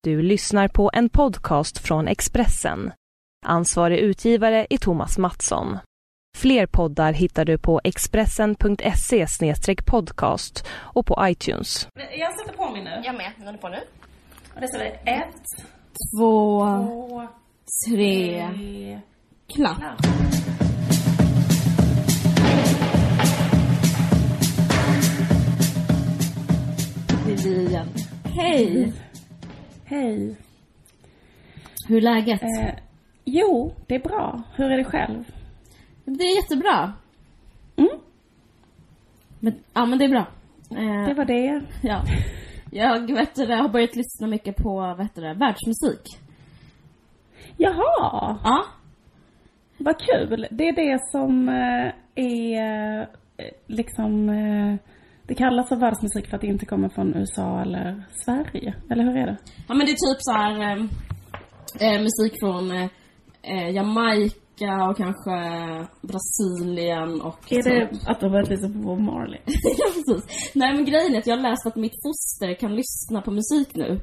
Du lyssnar på en podcast från Expressen. Ansvarig utgivare är Thomas Mattsson. Fler poddar hittar du på expressen.se/podcast och på iTunes. Jag sätter på mig nu. Jag med. Den är på nu. Och det står 1, 2, 3. Klapp. Det är vi igen. Hej. Hej. Hur är läget? Jo, det är bra. Hur är det själv? Det är jättebra. Mm. Men det är bra. Det var det. Ja. Jag har börjat lyssna mycket på världsmusik. Jaha. Ja. Vad kul. Det är det som är liksom... Det kallas för världsmusik för att det inte kommer från USA eller Sverige. Eller hur är det? Ja, men det är typ så här musik från Jamaica och kanske Brasilien och... Är det att de börjat lyssna på Bob Marley? Ja, precis. Nej, men grejen är att jag har läst att mitt foster kan lyssna på musik nu.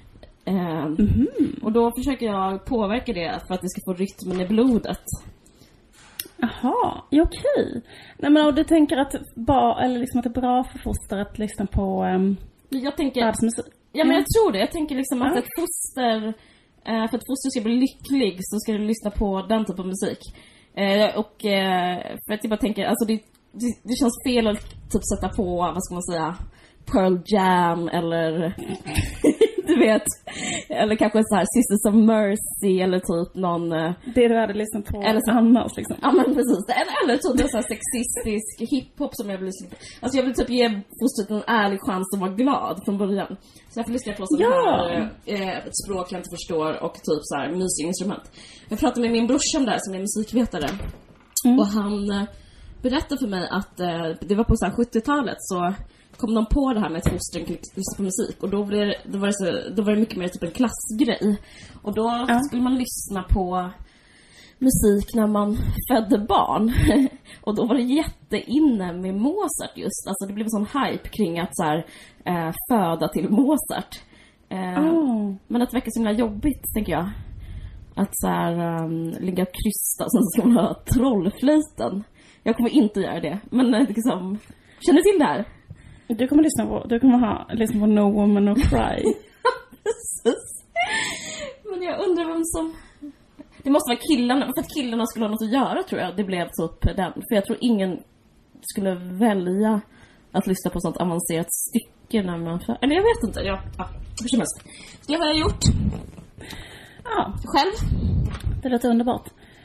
Och då försöker jag påverka det för att det ska få rytmen i blodet. Jaha, ja, okej. Nej, men och du tänker att eller liksom att det är bra för foster att lyssna på jag tänker, världsmusik? Ja, men jag tror det. Jag tänker liksom att ett foster, för att foster ska bli lycklig så ska du lyssna på den typen av musik. Och för att jag bara tänker, alltså det känns fel att typ sätta på, vad ska man säga, Pearl Jam eller du vet, eller kanske så här Sisters of Mercy eller typ någon det du hade lyssnat på eller så, annars liksom. Ja, men precis. Eller typ en så här sexistisk hiphop som jag vill lyssna på. Alltså jag vill typ ge fostret en ärlig chans att vara glad från början. Så jag får lyssna på sån här ett språk jag inte förstår och typ så här musikinstrument. Jag pratade med min brorsa om det här som är musikvetare. Och han berättade för mig att det var på så här 70-talet så kom de på det här med att fostren kunde lyssna på musik. Och då var det mycket mer typ en klassgrej. Och då skulle man lyssna på musik när man födde barn. Och då var det jätteinne med Mozart just. Alltså det blev en sån hype kring att så här, föda till Mozart. Men att det verkar så himla jobbigt, tänker jag. Att så här, ligga och krysta och sen ska man ha trollflöjten. Jag kommer inte göra det. Men liksom, känner till det här? Du kommer lyssna på No Woman No Cry. Precis. Men jag undrar vem som... Det måste vara killarna. För att killarna skulle ha något att göra, tror jag. Det blev typ den. För jag tror ingen skulle välja att lyssna på sånt avancerat stycke när man... Eller jag vet inte. Hur som helst. Det har jag gjort. Ja. Själv? Det låter underbart.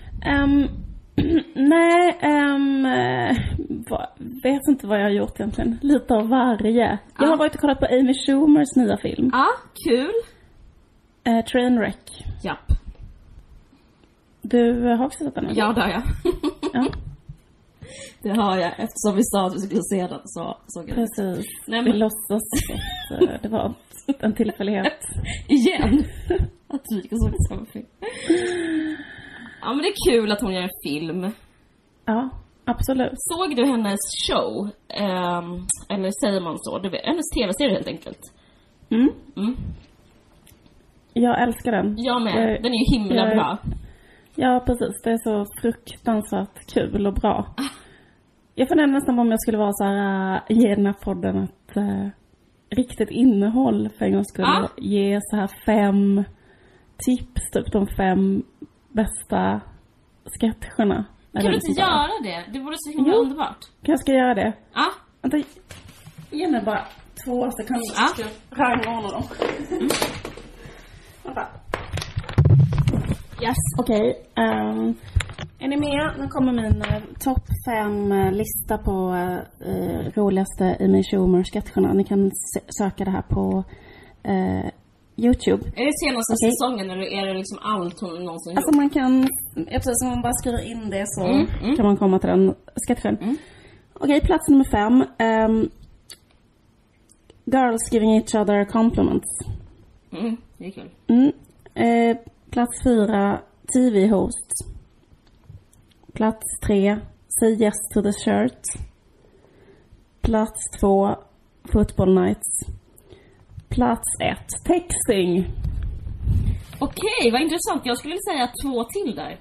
Nej, vet inte vad jag har gjort egentligen. Lite av varje. Jag har varit och kollat på Amy Schumers nya film. Ja, kul. Trainwreck. Japp. Du har också sett den? Ja, det har jag. Ja. Det har jag, eftersom vi sa att vi skulle se den så såg jag. Precis. Nej, men... Vi låtsas att det var en tillfällighet. Igen. Att vi gick och såg samma film. Ja, men det är kul att hon gör en film. Ja, absolut. Såg du hennes show? Eller säger man så? Hennes tv-serie helt enkelt. Mm. Jag älskar den. Jag med. Den är ju himla bra. Ja, precis. Det är så fruktansvärt kul och bra. Jag funderar nästan om jag skulle vara så här, ge den här podden ett riktigt innehåll för en gång skulle ge så här 5 tips, typ de 5 bästa sketcherna. Kan du inte göra det? Det vore så himla underbart. Kanske ska jag göra det? Ja. Vänta, ge mig bara 2 sekunder så ska jag rangordna dem. Vänta. Yes, okej. Är ni med? Nu kommer min topp 5 lista på roligaste Amy Schumer-sketcherna. Ni kan söka det här på YouTube. Är det senaste säsongen eller är det liksom allt hon någonsin gjort? Alltså man kan, precis som man bara skriver in det så kan man komma till den sketchen. Okej, plats nummer 5. Girls giving each other compliments. Det är kul. Plats 4, TV-host. Plats 3, say yes to the shirt. Plats 2, football nights. Plats 1, texting. Okej, vad intressant. Jag skulle säga 2 till där.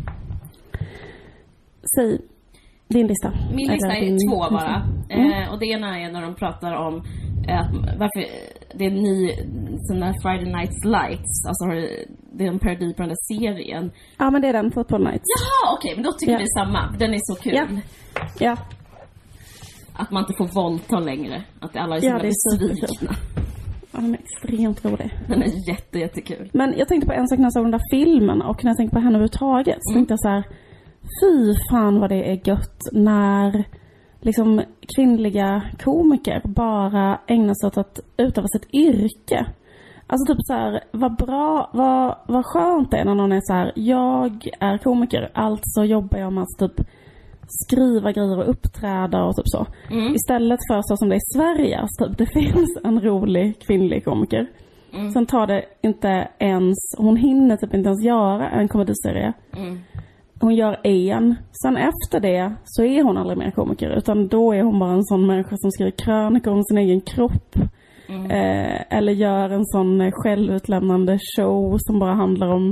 Säg din lista. Min lista är 2 bara. Och det ena är när de pratar om varför det är en ny sån där Friday Night Lights. Alltså det är en parodi på den där serien. Ja, men det är den, Football Nights. Jaha, okej, men då tycker vi samma. Den är så kul. Ja. Att man inte får våldta längre. Att alla är så besvikna. Ja, den är extremt rolig. Den är jättekul. Men jag tänkte på en sak när jag såg den där filmen och när jag tänkte på henne överhuvudtaget så tänkte jag så här: fy fan vad det är gött när liksom kvinnliga komiker bara ägnar sig åt att utöva sitt yrke. Alltså typ så här, vad bra, vad skönt det är när någon är så här: jag är komiker, alltså jobbar jag med att typ skriva grejer och uppträda och typ så. Istället för så som det är i Sverige, alltså typ, det finns en rolig kvinnlig komiker. Sen tar det inte ens, hon hinner typ inte ens göra en komediserie. Hon gör en. Sen efter det så är hon aldrig mer komiker, utan då är hon bara en sån människa som skriver krönikor om sin egen kropp. Eller gör en sån självutlämnande show som bara handlar om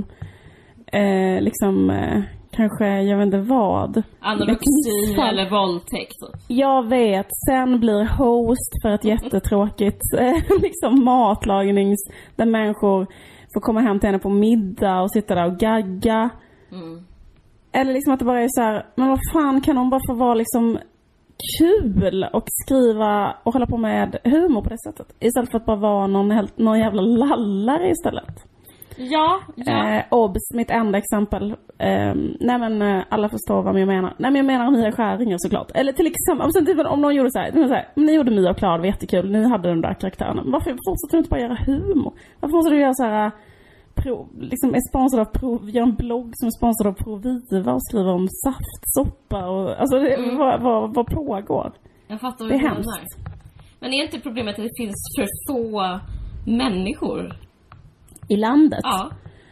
kanske, jag vet inte vad. Anorexi eller våldtäkt. Jag vet. Sen blir host för ett jättetråkigt matlagnings där människor får komma hem till henne på middag och sitta där och gagga. Eller liksom att det bara är så här: men vad fan, kan hon bara få vara liksom kul och skriva och hålla på med humor på det sättet, istället för att bara vara någon jävla lallare istället. Ja. Obs, mitt enda exempel. Alla förstår vad jag menar. Nej, men jag menar Mia Skäringer såklart. Eller till exempel om någon gjorde så här, ni gjorde Mia och Klar, jättekul, ni hade den där karaktären. Varför fortsätter du inte bara göra humor? Varför måste du göra så här är sponsrad av gör en blogg som är sponsrad av Proviva och skriver om saftsoppa och alltså vad pågår? Jag fattar det är hemskt. Men är inte problemet att det finns för få människor i landet? Ja.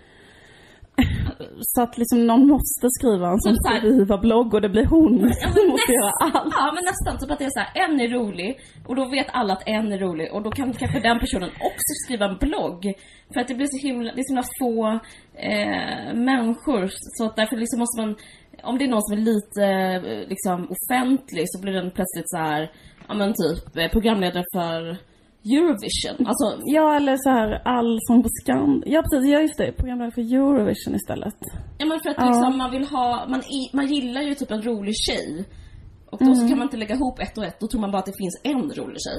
Så att liksom någon måste skriva en sån Proviva-blogg och det blir hon som måste göra allt. Ja, men nästan typ att det är så här: en är rolig och då vet alla att en är rolig och då kan kanske den personen också skriva en blogg, för att det blir så himla få människor, så att därför liksom måste man, om det är någon som är lite liksom offentlig, så blir den plötsligt så här, ja men typ programledare för Eurovision. Alltså, ja, eller så här Allsång på Skand. Ja, precis, ja just det, programledare för Eurovision istället. Ja, men för att liksom man vill ha, man gillar ju typ en rolig tjej. Och då så kan man inte lägga ihop ett och ett. Då tror man bara att det finns en rolig tjej.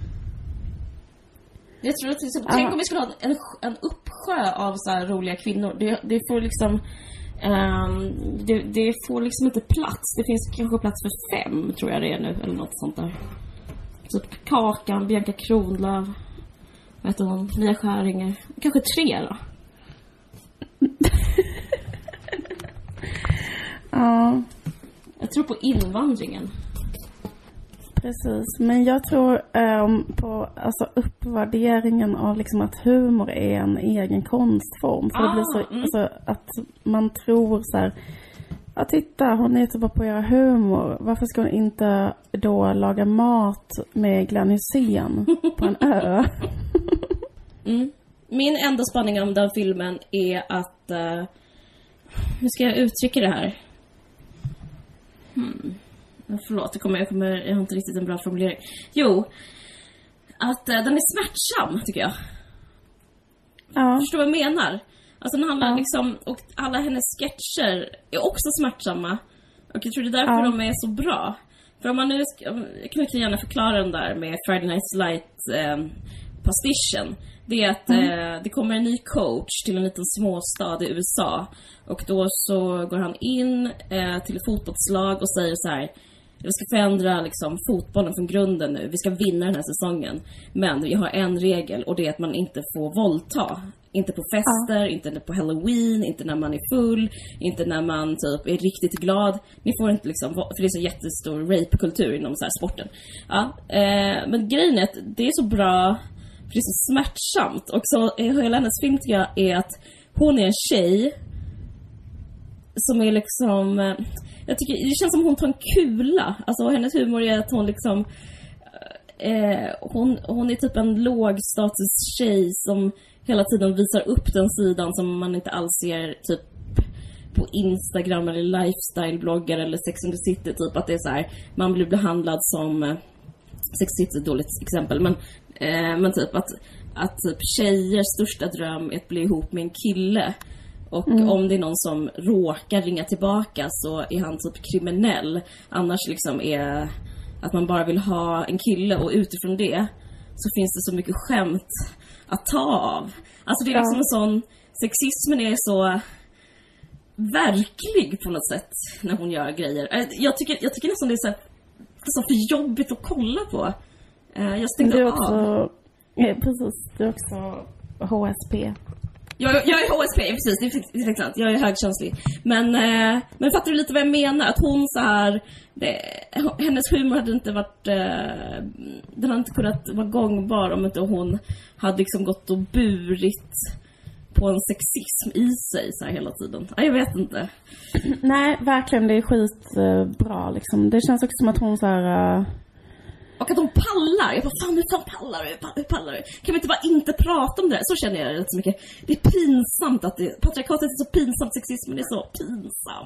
Jag tror att liksom, tänk om vi skulle ha en uppsjö av så här roliga kvinnor. Det får liksom det får liksom inte plats. Det finns kanske plats för 5, tror jag det är nu, eller något sånt där. Typ Kakan, Bianca Kronlöf, vad heter hon, Mia Skäringer. Kanske 3 då. Ja. Jag tror på invandringen. Precis, men jag tror på uppvärderingen av liksom att humor är en egen konstform. För det blir så att man tror så här: ja, titta, hon är typ bara på att göra humor. Varför ska hon inte då laga mat med Glenn Hysén på en ö? Min enda spaning om den filmen är att hur ska jag uttrycka det här? Förlåt, jag har inte riktigt en bra formulering. Jo, att den är smärtsam, tycker jag. Ja. Förstår vad jag menar? Alltså den handlar liksom, och alla hennes sketcher är också smärtsamma. Och jag tror det är därför de är så bra. För om man nu jag kan gärna förklara den där med Friday Night Lights pastichen. Det är att det kommer en ny coach till en liten småstad i USA. Och då så går han in till ett fotbollslag och säger så här: vi ska förändra liksom fotbollen från grunden nu. Vi ska vinna den här säsongen. Men jag har en regel, och det är att man inte får våldta. Inte på fester, inte på Halloween, inte när man är full, inte när man typ är riktigt glad. Ni får inte liksom, för det är så jättestor rape-kultur inom så här sporten. Ja, men grejen är att det är så bra, för det är så smärtsamt. Och så hela hennes film, tycker jag, är att hon är en tjej som är liksom, jag tycker det känns som hon tar en kula. Alltså hennes humor är att hon liksom hon är typ en lågstatus tjej som hela tiden visar upp den sidan som man inte alls ser typ på Instagram eller lifestyle-bloggar eller Sex and the City, typ att det är så här, man blir behandlad som Sex and the City är ett dåligt exempel, men typ att typ tjejers största dröm är att bli ihop med en kille, och om det är någon som råkar ringa tillbaka så är han typ kriminell, annars liksom är att man bara vill ha en kille, och utifrån det så finns det så mycket skämt att ta av. Alltså det är liksom en sån, sexismen är så verklig på något sätt när hon gör grejer. Jag tycker nästan det är så för jobbigt att kolla på. Jag stängde av. Ja, precis. Du är också HSP. Jag är HSP, precis. Det är sant. Jag är högkänslig. Men fattar du lite vad jag menar? Att hon så här, hennes humor hade inte varit, den hade inte kunnat vara gångbar om inte hon hade liksom gått och burit på en sexism i sig så här hela tiden. Jag vet inte. Nej, verkligen, det är skitbra liksom. Det känns också som att hon så här... Och att hon pallar. Jag bara, hur pallar du? Kan vi inte bara inte prata om det? Så känner jag rätt så mycket. Det är pinsamt att patriarkatet är så pinsamt, sexismen är så pinsam.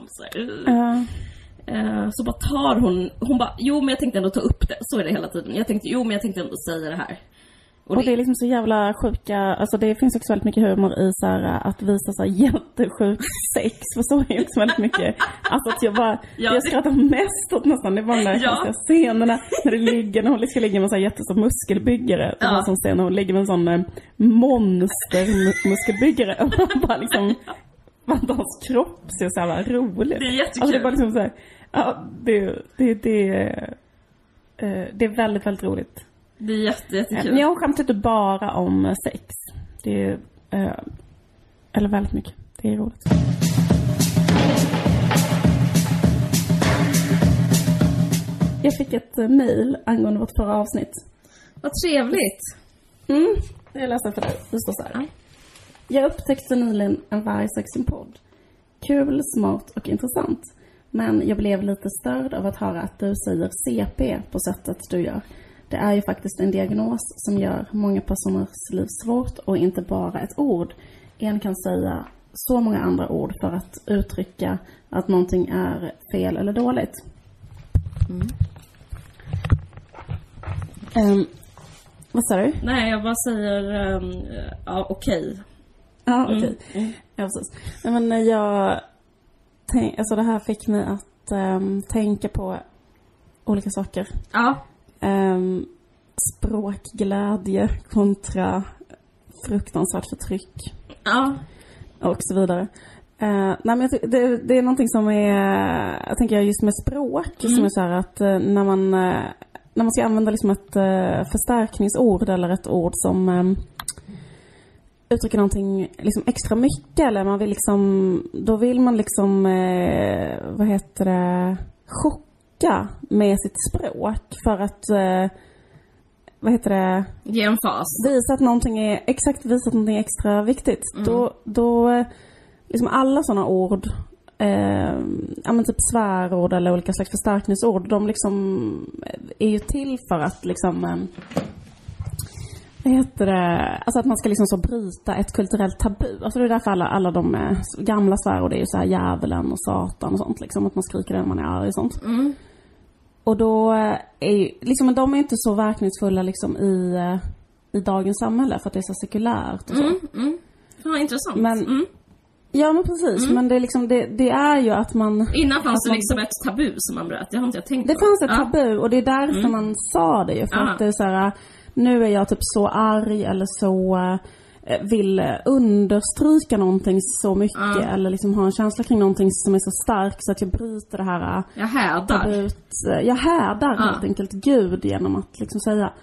Så bara tar hon bara, jo men jag tänkte ändå ta upp det. Så är det hela tiden. Jag tänkte ändå säga det här. Och det är liksom så jävla sjuka, alltså det finns också väldigt mycket humor i så här, att visa så här jättesjuk sex, för så är också väldigt mycket, alltså att jag skrattar mest åt nästan, det var de där scenerna när det ligger, när hon ska ligga med så här jättestor muskelbyggare, det var en sån scen när hon ligger med en sån monstermuskelbyggare och man bara liksom, hans kropp ser så här roligt. Det är jättekul. Alltså det är bara liksom så här, ja, det är väldigt, väldigt roligt. Det är jättekul. Jag skämtar inte bara om sex. Det är eller väldigt mycket. Det är roligt. Jag fick ett mejl angående vårt förra avsnitt. Vad trevligt. Jag läser för dig. Det står så här. Jag upptäckte nyligen en vargsexing-podd. Kul, smart och intressant. Men jag blev lite störd av att höra att du säger CP på sättet du gör. Det är ju faktiskt en diagnos som gör många personers liv svårt och inte bara ett ord. En kan säga så många andra ord för att uttrycka att någonting är fel eller dåligt. Vad sa du? Nej, jag bara säger okej. Ja, okej. Ja, precis. Men alltså det här fick mig att tänka på olika saker. Ja. Språkglädje kontra fruktansvärt förtryck. Ja. Och så vidare. Nej, men det är någonting som är, jag tänker just med språk som är så här att när man ska använda liksom ett förstärkningsord eller ett ord som uttrycker någonting liksom extra mycket, eller man vill liksom, då vill man liksom chocka med sitt språk för att ge en fas. Visa att någonting är extra viktigt. Då liksom alla sådana ord, typ svärord eller olika slags förstärkningsord, de liksom är ju till för att liksom alltså att man ska liksom så bryta ett kulturellt tabu. Alltså det är därför alla de gamla svärord är ju så här djävulen och satan och sånt liksom, att man skriker det när man är arg och sånt. Och då är ju liksom, de är inte så verkningsfulla liksom i dagens samhälle för att det är så sekulärt och så. Ja, intressant. Men ja, men precis, men det är liksom det är ju att man innan fanns det liksom ett tabu som man bröt. Det har inte jag tänkt på. Det fanns ett tabu och det är därför man sa det ju, för att det är så här, nu är jag typ så arg eller så vill understryka någonting så mycket eller liksom ha en känsla kring någonting som är så stark så att jag bryter det här. Jag härdar. Jag härdar helt enkelt Gud genom att liksom säga.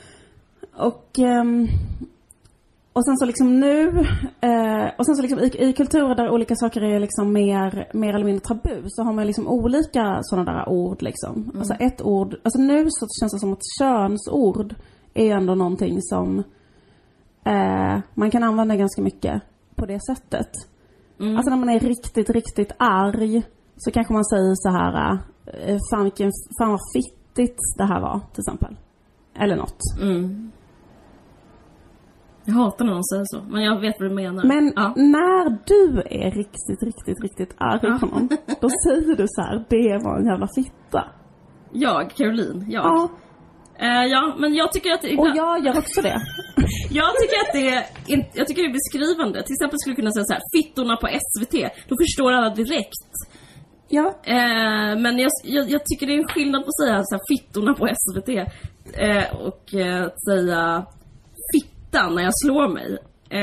Och sen så liksom nu och sen så liksom i kulturer där olika saker är liksom mer eller mindre tabu, så har man liksom olika sådana där ord liksom. Alltså ett ord, alltså nu så känns det som att könsord är ändå någonting som man kan använda ganska mycket på det sättet. Alltså när man är riktigt, riktigt arg så kanske man säger så här fan vad fittigt det här var, till exempel. Eller något. Jag hatar när någon säger så, men jag vet vad du menar. Men när du är riktigt arg på någon, då säger du så här: det var en jävla fitta. Caroline. Ja. Ja, men jag tycker att... Och jag gör också det. Jag tycker det är beskrivande. Till exempel skulle jag kunna säga så här: fittorna på SVT. Då förstår alla direkt. Ja. Men jag tycker det är en skillnad på att säga så här, fittorna på SVT och säga fitta när jag slår mig.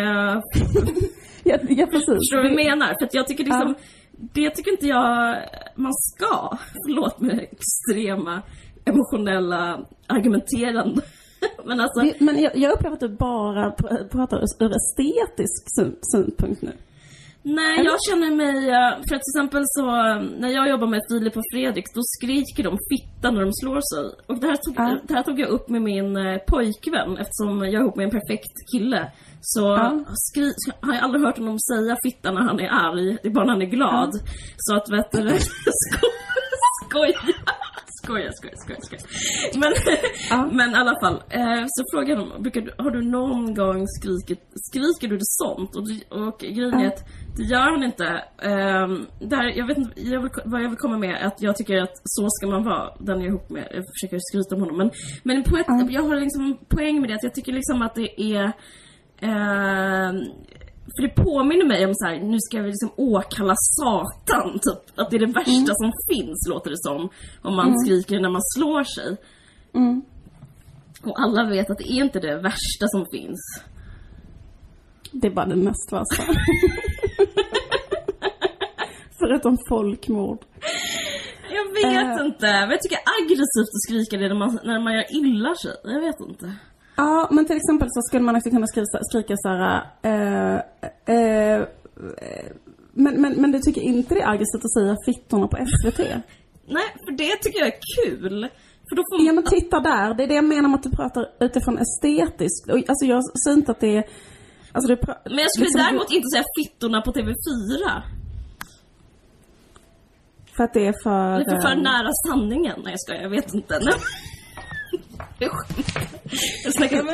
Ja, precis. Förstår du vad jag menar? För att jag tycker liksom, det tycker inte jag man ska. Förlåt med extrema emotionella argumenterande. Men alltså... Men jag upplever att du bara pratar ur estetisk synpunkt nu. Nej, jag känner mig... För att till exempel så... När jag jobbar med Filip och Fredrik, då skriker de fitta när de slår sig. Och det här tog jag upp med min pojkvän. Eftersom jag är ihop med en perfekt kille. Så har jag aldrig hört honom säga fitta när han är arg. Det är bara när han är glad. Så att vet du... Skoja. Men i alla fall, så frågar de, har du någon gång skriker du det sånt? Och grejen är att det gör han inte. Jag vet inte vad jag vill komma med, att jag tycker att så ska man vara, den jag är ihop med. Jag försöker skryta om honom, men jag har liksom poäng med det, att jag tycker liksom att det är för det påminner mig om så här: nu ska vi liksom åkalla satan, typ. Att det är det värsta som finns, låter det som. Om man skriker när man slår sig. Och alla vet att det är inte det värsta som finns. Det är bara det mest värsta. Förutom folkmord. Jag vet inte. Men jag tycker det är aggressivt att skrika det när man gör illa sig. Jag vet inte. Ja, men till exempel så skulle man också kunna skrika så här... Men du tycker inte det är aggressivt att säga fittorna på SVT? Nej, för det tycker jag är kul. För då får man... Ja, men titta där. Det är det jag menar med att du pratar utifrån estetiskt. Alltså jag säger inte att det är... Alltså, men jag skulle liksom däremot inte säga fittorna på TV4. För att det är för... Det är för nära sanningen. Nej, jag vet inte. Nej. Jag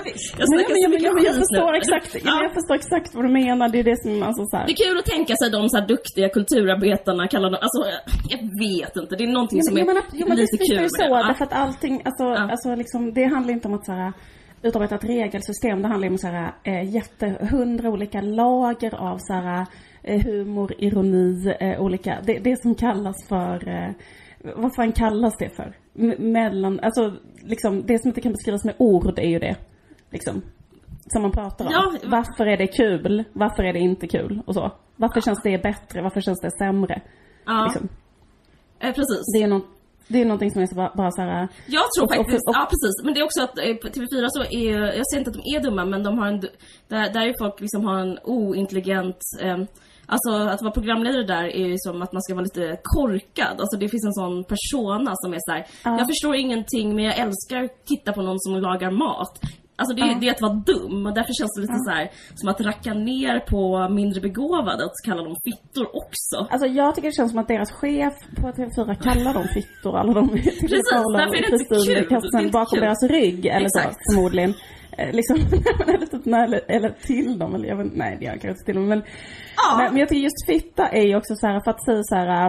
förstår exakt vad du menar. Det är det som alltså, så här. Det är kul att tänka sig de så här duktiga kulturarbetarna kallar dem, alltså jag vet inte, det är någonting som är lite kul med så, därför att allting alltså liksom, det handlar inte om att så här utarbeta ett regelsystem. Det handlar om så här 100 olika lager av så här humor, ironi, olika det som kallas för vad fan kallas det för? Alltså liksom, det som inte kan beskrivas med ord är ju det liksom, som man pratar om. Ja. Varför är det kul? Varför är det inte kul? Och så. Varför känns det bättre? Varför känns det sämre? Ja. Liksom. Precis. Det är någonting som är bara så här. Jag tror faktiskt, ja precis. Men det är också att på TV4 så är, jag säger inte att de är dumma, men de har där är folk liksom har en ointelligent alltså att vara programledare där är ju som att man ska vara lite korkad. Alltså det finns en sån persona som är så här: jag förstår ingenting, men jag älskar att titta på någon som lagar mat. Alltså det är att vara dum. Och därför känns det lite så här som att racka ner på mindre begåvade, att kalla dem fittor också. Alltså jag tycker det känns som att deras chef på TV4 kallar dem fittor. Alla de precis, därför är det inte kul. Bakom deras rygg eller exakt. Så förmodligen liksom, eller till dem, eller jag vet, nej det gör jag inte till dem, men jag tycker just fitta är ju också så här, för att säga så här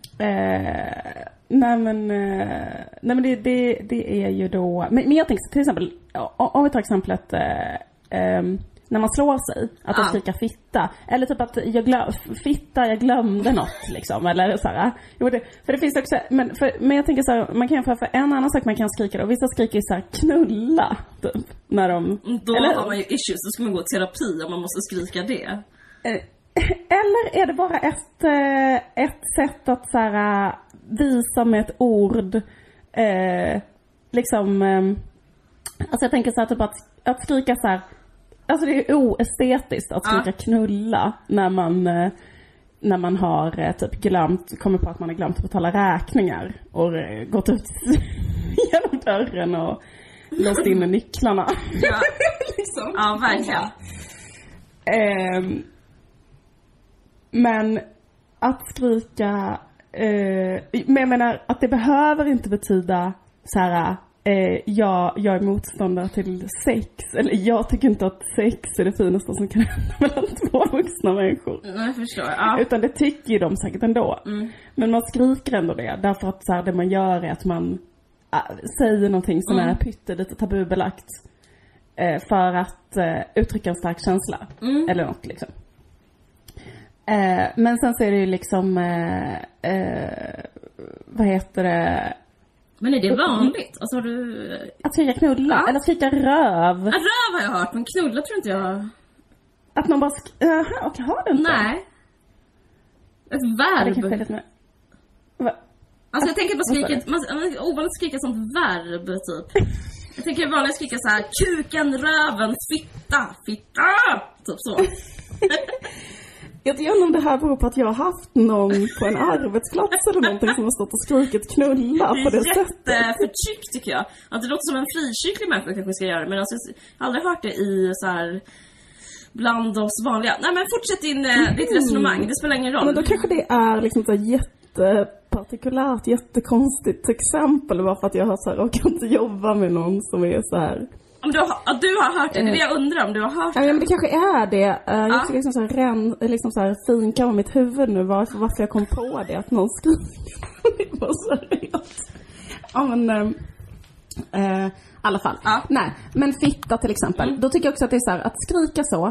nej men det är ju då, men jag tänker till exempel, om vi tar exemplet när man slår sig, att man skriker fitta, eller typ att jag glömde något liksom, eller så här. För det finns också, men jag tänker så här, man kan jämföra för en annan sak man kan skrika då. Vissa skriker så här knulla typ, när de då eller, har man ju issues, då ska man gå till terapi om man måste skrika det. Eller är det bara ett sätt att så här visa med ett ord liksom alltså jag tänker så här typ att skrika så här. Alltså det är oestetiskt att skrika knulla när man har typ kommer på att man har glömt att betala räkningar och gått ut genom dörren och låst in med nycklarna. Ja, liksom. Ja, verkligen. Men att skrika men jag menar att det behöver inte betyda så här jag är motståndare till sex. Eller jag tycker inte att sex är det finaste som kan hända mellan två vuxna människor. Jag förstår. Ja. Utan det tycker ju de säkert ändå. Men man skriker ändå det. Därför att så här, det man gör är att man säger någonting som är pyttelite tabubelagt. För att uttrycka en stark känsla. Eller något liksom. Men sen så är det ju liksom vad heter det? Men är det vanligt? Alltså har du... Att skrika knulla? Ja. Eller skrika röv? Röv har jag hört, men knulla tror inte jag... Att man bara... Okej, har du inte? Nej. Ett verb. Det kanske är lite mer... Alltså jag tänker på skriket... Man ovanligt skrika som verb, typ. Jag tänker vanligt skrika så här: kuken, röven, fitta. Typ så. Jag vet inte om det här beror på att jag har haft någon på en arbetsplats eller någonting som har stått och skrikit knulla på det sättet. Det är jätteförtryck tycker jag. Att det låter som en frikyrklig människa kanske ska göra det. Men alltså, jag har aldrig hört det i så här bland oss vanliga. Nej men fortsätt ditt resonemang, det spelar ingen roll. Men då kanske det är liksom så jättepartikulärt, jättekonstigt exempel. Bara för att jag har så här, och kan inte jobba med någon som är så här... Om du har hört det, det är det jag undrar om du har hört det. Ja men det kanske är det. Jag tycker liksom så här finkamma mitt huvud nu varför jag kom på det. Att någon skriker. Vad seriöst. Ja men i alla fall. Ja. Nej, men fitta till exempel. Då tycker jag också att det är så här, att skrika så.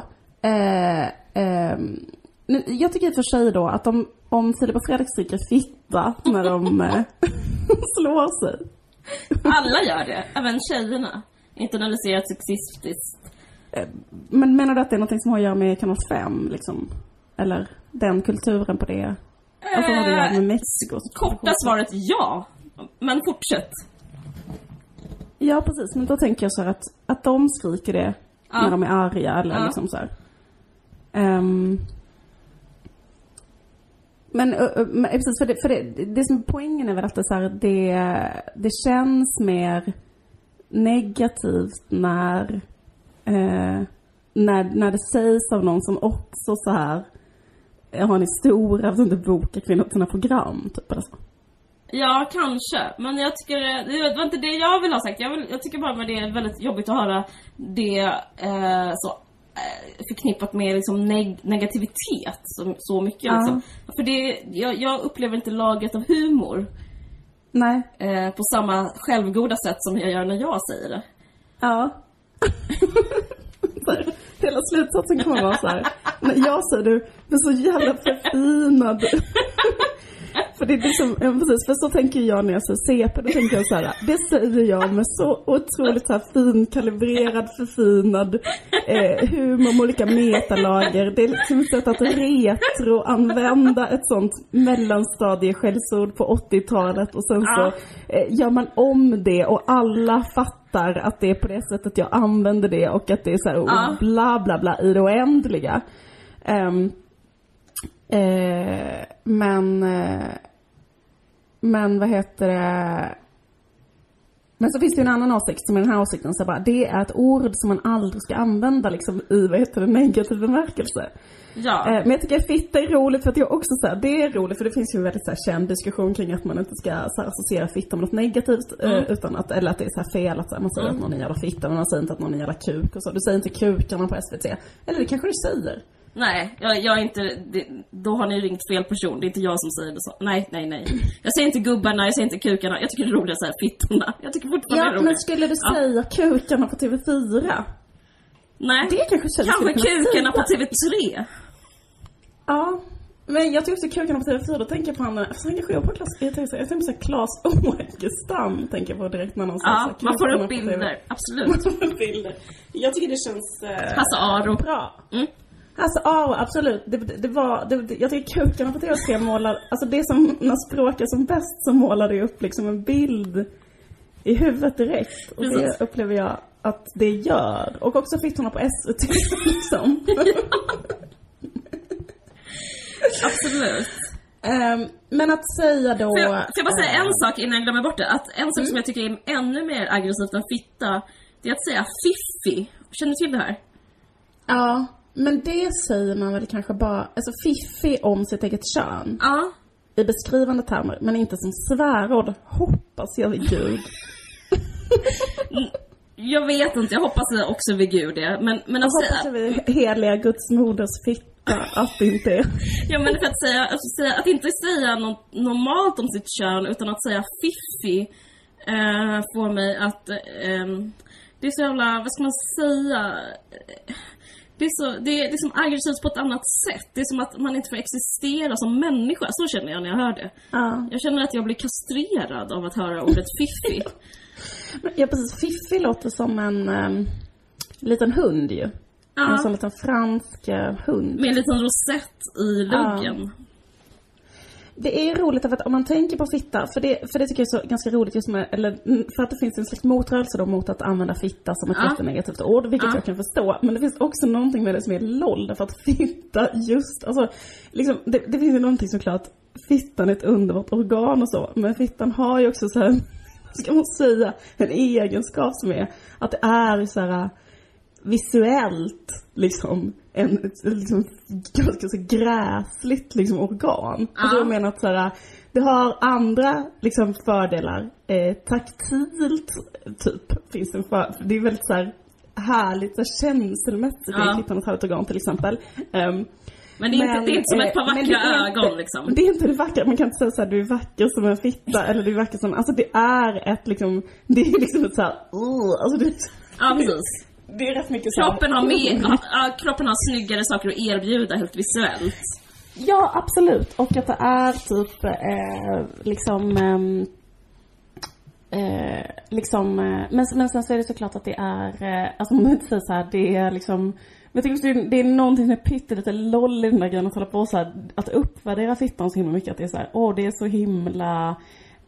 Jag tycker i och för sig då att om Filip och Fredrik skriker fitta när de slår sig. Alla gör det, även tjejerna. Internaliserat sexistiskt. Men menar du att det är något som har att göra med kanal 5 liksom? Eller den kulturen på det? Alltså vad det gör med Mexiko? Korta svaret ja. Men fortsätt. Ja precis, men då tänker jag så här att de skriker det när de är arga eller liksom så här. Men precis för det som poängen är väl att det så här, det känns mer negativt när det sägs av någon som också så här har en historia att inte boka kvinnor till sina program typ eller så. Ja, kanske. Men jag tycker det var inte det jag vill ha sagt. Jag tycker bara att det är väldigt jobbigt att höra det så förknippat med liksom negativitet så mycket liksom. För det jag upplever inte lagret av humor. Nej. På samma självgoda sätt som jag gör när jag säger det. Ja. Hela slutsatsen kommer vara så här. När jag säger du är så jävla förfinad. För det är liksom, precis, för så tänker jag när jag säger CP, då tänker jag så här, det säger jag med så otroligt så här finkalibrerad, förfinad humor med olika metalager. Det är liksom ett sätt att retroanvända ett sånt mellanstadieskällsord på 80-talet och sen så gör man om det och alla fattar att det är på det sättet jag använder det och att det är så här bla bla bla i det oändliga. Men vad heter det? Men så finns det ju en annan åsikt som är den här åsikten så bara, det är ett ord som man aldrig ska använda liksom i vad heter det, negativ bemärkelse. Ja. Men jag tycker att fitta är roligt för att jag också så här, det är roligt för det finns ju en väldigt så här känd diskussion kring att man inte ska så här, associera fitta med något negativt utan att, eller att det är så här fel att så här, man säger att någon är en jävla fitta men man säger inte att någon är en jävla kuk och så. Du säger inte kukarna på SVT. Eller det kanske du säger. Nej, jag är inte... då har ni ringt fel person. Det är inte jag som säger det så. Nej. Jag säger inte gubbarna, jag säger inte kukarna. Jag tycker det är roligt att säga fittorna. Jag tycker fortfarande det är roligt. Men skulle du säga kukarna på TV4? Nej, det kanske kukarna på TV3. Ja, men jag tycker också kukarna på TV4. Då tänker jag på han kanske jag på Claes Ågestam tänker jag på direkt när någon säger ja, man får upp bilder, absolut. Bilder. Jag tycker det känns Hasse Aro. Bra. Alltså absolut. Jag tycker kukarna på TV3 målar, alltså det som när språkar som bäst så målar det upp liksom en bild i huvudet direkt. Och det upplever jag att det gör. Och också fittorna på SVT liksom. Absolut. Men att säga då... Får jag bara säga en sak innan jag glömmer bort det? Att en sak som jag tycker är ännu mer aggressivt än fitta, det är att säga fiffi. Känner du till det här? Ja, men det säger man väl kanske bara... Alltså fiffi om sitt eget kön. Ja. I beskrivande termer, men inte som svärord. Hoppas jag vid Gud. Jag vet inte, jag hoppas också vid Gud det. Men jag hoppas vi heliga Guds moders fitta att det inte är. Ja, men för att inte säga något normalt om sitt kön utan att säga fiffi får mig att det är så jävla, vad ska man säga, det är liksom aggressivt på ett annat sätt. Det är som att man inte får existera som människa. Så känner jag när jag hör det. Jag känner att jag blir kastrerad av att höra ordet fiffi. Ja, precis. Fiffi låter som en liten hund ju. En sån liten fransk hund. Med en liten rosett i luggen. Det är roligt för att om man tänker på fitta, för det tycker jag är så ganska roligt just med, eller för att det finns en slags motrörelse då mot att använda fitta som ett jättenegativt ord, vilket jag kan förstå. Men det finns också någonting med det som är LOL, därför att fitta just, alltså liksom, det finns ju någonting såklart, fittan är ett underbart organ och så, men fittan har ju också så här, ska man säga, en egenskap som är att det är så här visuellt liksom en liksom ganska gräsligt liksom organ. Alltså jag menar att så här, det har andra liksom fördelar, taktilt typ finns det det är väldigt så här härligt och känslomässigt i klippan ett härligt organ till exempel. Men det är inte som ett par vackra ögon liksom. Det är inte det vackra. Man kan inte säga så här, du är vacker som en fitta eller du är vacker som, alltså det är ett liksom, det är liksom ett så här, alltså det är, ja, precis. Det är rätt mycket kroppen har snyggare saker att erbjuda helt visuellt. Ja, absolut. Och att det är typ men sen så är det såklart att det är alltså man inte säger så här, det är liksom, men jag tycker det är någonting som är pyttelite loll i den där grejen att hålla på så här, att uppvärdera fittan så himla mycket, att det är så här, det är så himla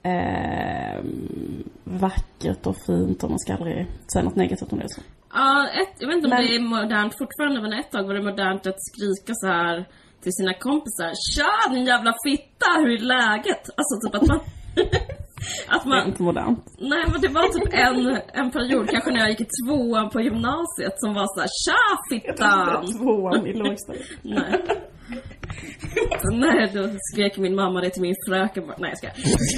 vackert och fint, och man ska aldrig säga något negativt om det så. Ja, jag vet inte om det är modernt fortfarande, men ett tag var det modernt att skrika så här till sina kompisar: tja, din jävla fitta, hur är läget? Alltså typ att man det är inte modernt. Nej, men det var typ en period, kanske när jag gick i 2:an på gymnasiet, som var så här: tja, fittan! 2:an i lågstadiet. Nej, då skrek min mamma det till min fröken. Nej, jag ska.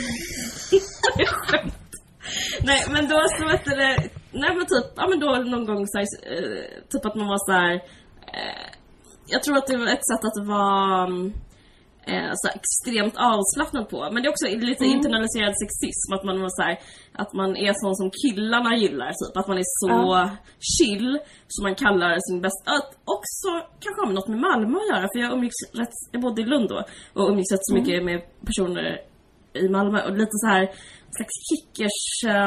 Nej, men då så vet det. Nej, men typ, ja, men då någon gång så här, typ att man var så här, jag tror att det var ett sätt att vara så här, extremt avslappnad på. Men det är också lite internaliserad sexism, att man var så här, att man är sån som killarna gillar typ, att man är så chill som man kallar sin bästa. Också kanske har något med Malmö att göra, för jag bodde i Lund då och umgicks rätt så mycket med personer i Malmö, och lite så här slags kickers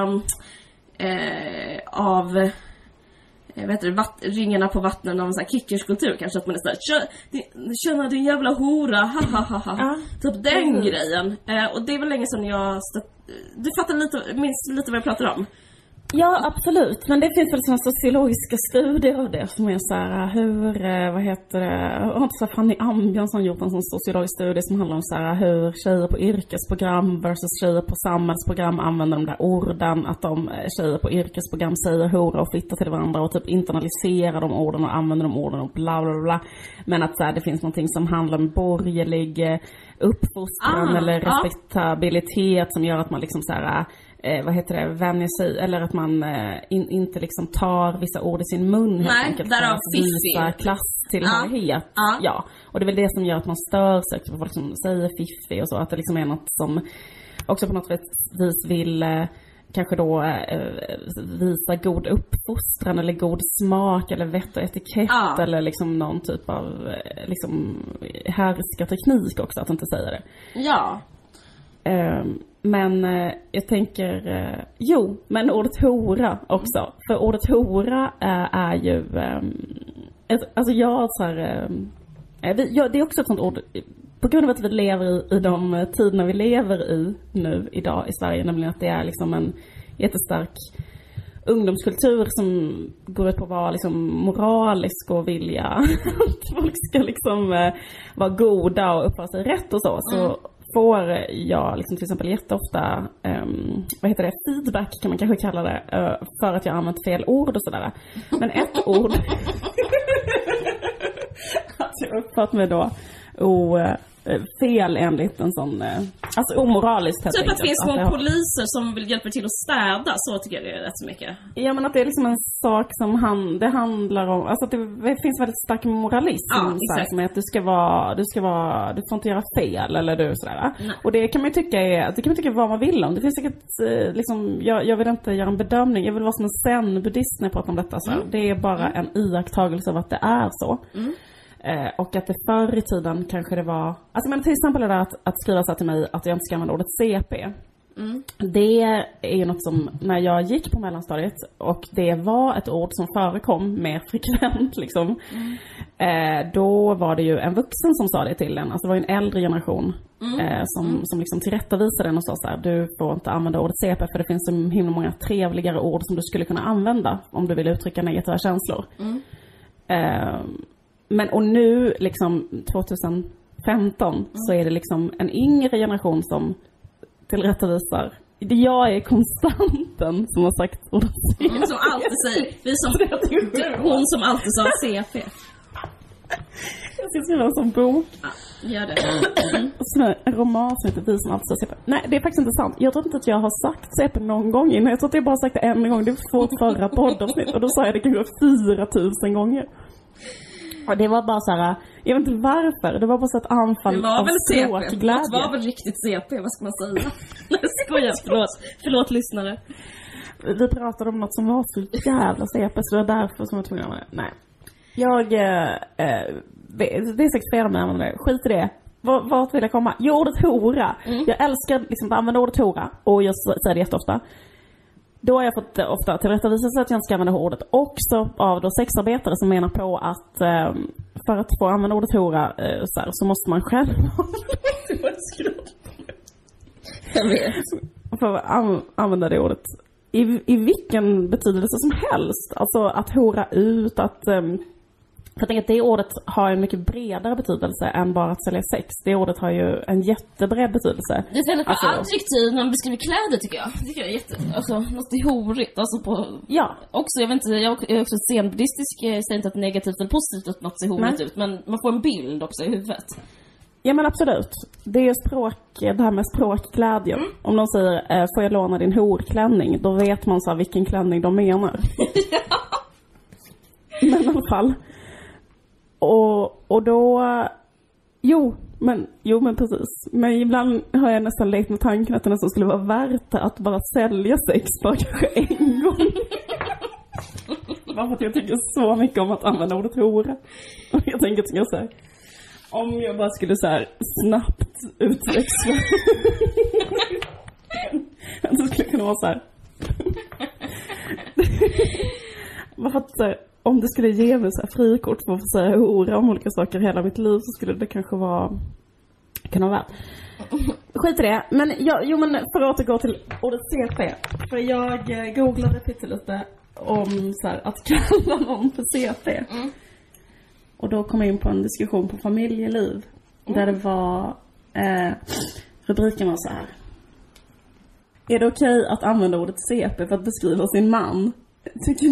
av ringarna på vattnen, av en sån här kickerskultur kanske, att man är såhär: känna din jävla hora, ha. Typ den grejen. Och det är väl länge sedan du fattar minst lite vad jag pratar om. Ja, absolut. Men det finns väl sådana sociologiska studier av det som är så här, har inte så Fanny Ambjörnsson gjort en sån sociologisk studie som handlar om så här, hur tjejer på yrkesprogram versus tjejer på samhällsprogram använder de där orden, att de tjejer på yrkesprogram säger hora och fitta till varandra och typ internaliserar de orden och använder de orden och bla bla bla. Men att så här, det finns någonting som handlar om borgerlig uppfostran eller respektabilitet som gör att man liksom så här, vänjer sig, eller att man inte liksom tar vissa ord i sin mun helt enkelt, för att visa klasstillhörighet. Ja, och det är väl det som gör att man stör sig på folk som säger fiffi och så, att det liksom är något som också på något vis vill kanske då visa god uppfostran eller god smak eller vett och etikett eller liksom någon typ av liksom härskarteknik också, att inte säga det. Ja. Men jag tänker, men ordet hora också. För ordet hora är ju, alltså jag så här, det är också ett sånt ord, på grund av att vi lever i de tiderna vi lever i nu idag i Sverige, nämligen att det är liksom en jättestark ungdomskultur som går ut på att vara liksom moralisk och vilja att folk ska liksom vara goda och uppföra sig rätt och så får jag liksom till exempel jätteofta feedback kan man kanske kalla det, för att jag har använt fel ord och sådär. Men ett ord att jag uppfattar mig då fel enligt en sån, alltså omoraliskt helt typ enkelt. Att det finns små poliser som vill hjälpa till att städa, så tycker jag det är rätt så mycket. Ja, men att det är liksom en sak som det handlar om, alltså att det finns väldigt stark moralism, så här, med att du får inte göra fel eller du sådär. Nej. Och det kan man ju tycka vad man vill om. Det finns säkert liksom, jag vill inte göra en bedömning, jag vill vara som en zen-buddhist när jag pratar om detta så. Det är bara en iakttagelse av att det är så. Och att det förr i tiden kanske det var, alltså men till exempel det där att skriva så till mig att jag inte ska använda ordet CP. Det är ju något som när jag gick på mellanstadiet och det var ett ord som förekom mer frekvent liksom. Då var det ju en vuxen som sa det till en, alltså det var ju en äldre generation som liksom tillrättavisade den och sa så här: du får inte använda ordet CP för det finns så himla många trevligare ord som du skulle kunna använda om du vill uttrycka negativa känslor. Men och nu liksom 2015 så är det liksom en yngre generation som tillrättavisar. Jag är konstanten som har sagt ordet CP. Som alltid säger. Hon som alltid sa CP. Jag ska skriva en sån bok. Ja, gör det. En roman som heter Vi som alltid sa CP. Nej, det är faktiskt inte sant. Jag tror inte att jag har sagt CP någon gång innan. Jag tror att jag bara sagt det en gång. Det var vårt förra poddavsnitt. Och då sa jag det kanske 4000 gånger. Och det var bara så här, jag vet inte varför, det var bara så ett anfall av språkglädje. Det var väl riktigt CP, vad ska man säga? Skojar, förlåt lyssnare. Vi pratade om något som var så jävla CP, så det var därför som jag tvungen att använda det. Nej. Det är säkert fel om jag använder det. Skit i det. Vart vill jag komma? Jo, ordet hora. Jag älskar liksom att använda ordet hora, och jag säger det jätteofta. Då har jag fått ofta tillrättavisat att jag inte ska använda ordet. Också av då sexarbetare som menar på att för att få använda ordet hora så måste man själv jag vet. För att använda det ordet i vilken betydelse som helst. Alltså att hora ut, att jag tänker att det ordet har en mycket bredare betydelse än bara att sälja sex. Det ordet har ju en jättebred betydelse. Det ställer på adjektiv när man beskriver kläder, tycker jag. Det tycker jag är alltså, något horigt. Alltså på, ja. Också, jag är också zen-buddhistisk. Jag säger inte att negativt eller positivt att något ser horigt ut. Men man får en bild också i huvudet. Ja, men absolut. Det är ju det här med språkglädje. Om de säger, får jag låna din horklänning? Då vet man så här vilken klänning de menar. Men i alla fall. Och då... Jo, men precis. Men ibland har jag nästan lekt med tanken att det nästan skulle vara värt att bara sälja sex bara kanske en gång. Bara för att jag tycker så mycket om att använda ordet hora. Och jag tänker så här, om jag bara skulle så här snabbt utväxla. Så skulle det kunna vara så här. Bara för att så här, om det skulle ge mig så här frikort för att få säga hora om olika saker hela mitt liv, så skulle det kanske kunna vara. Skit i det. Men men för att återgå till ordet CP. För jag googlade lite om så här, att kalla någon för CP. Och då kom jag in på en diskussion på familjeliv. Där det var rubriken var så här: är det okej att använda ordet CP för att beskriva sin man? Tycker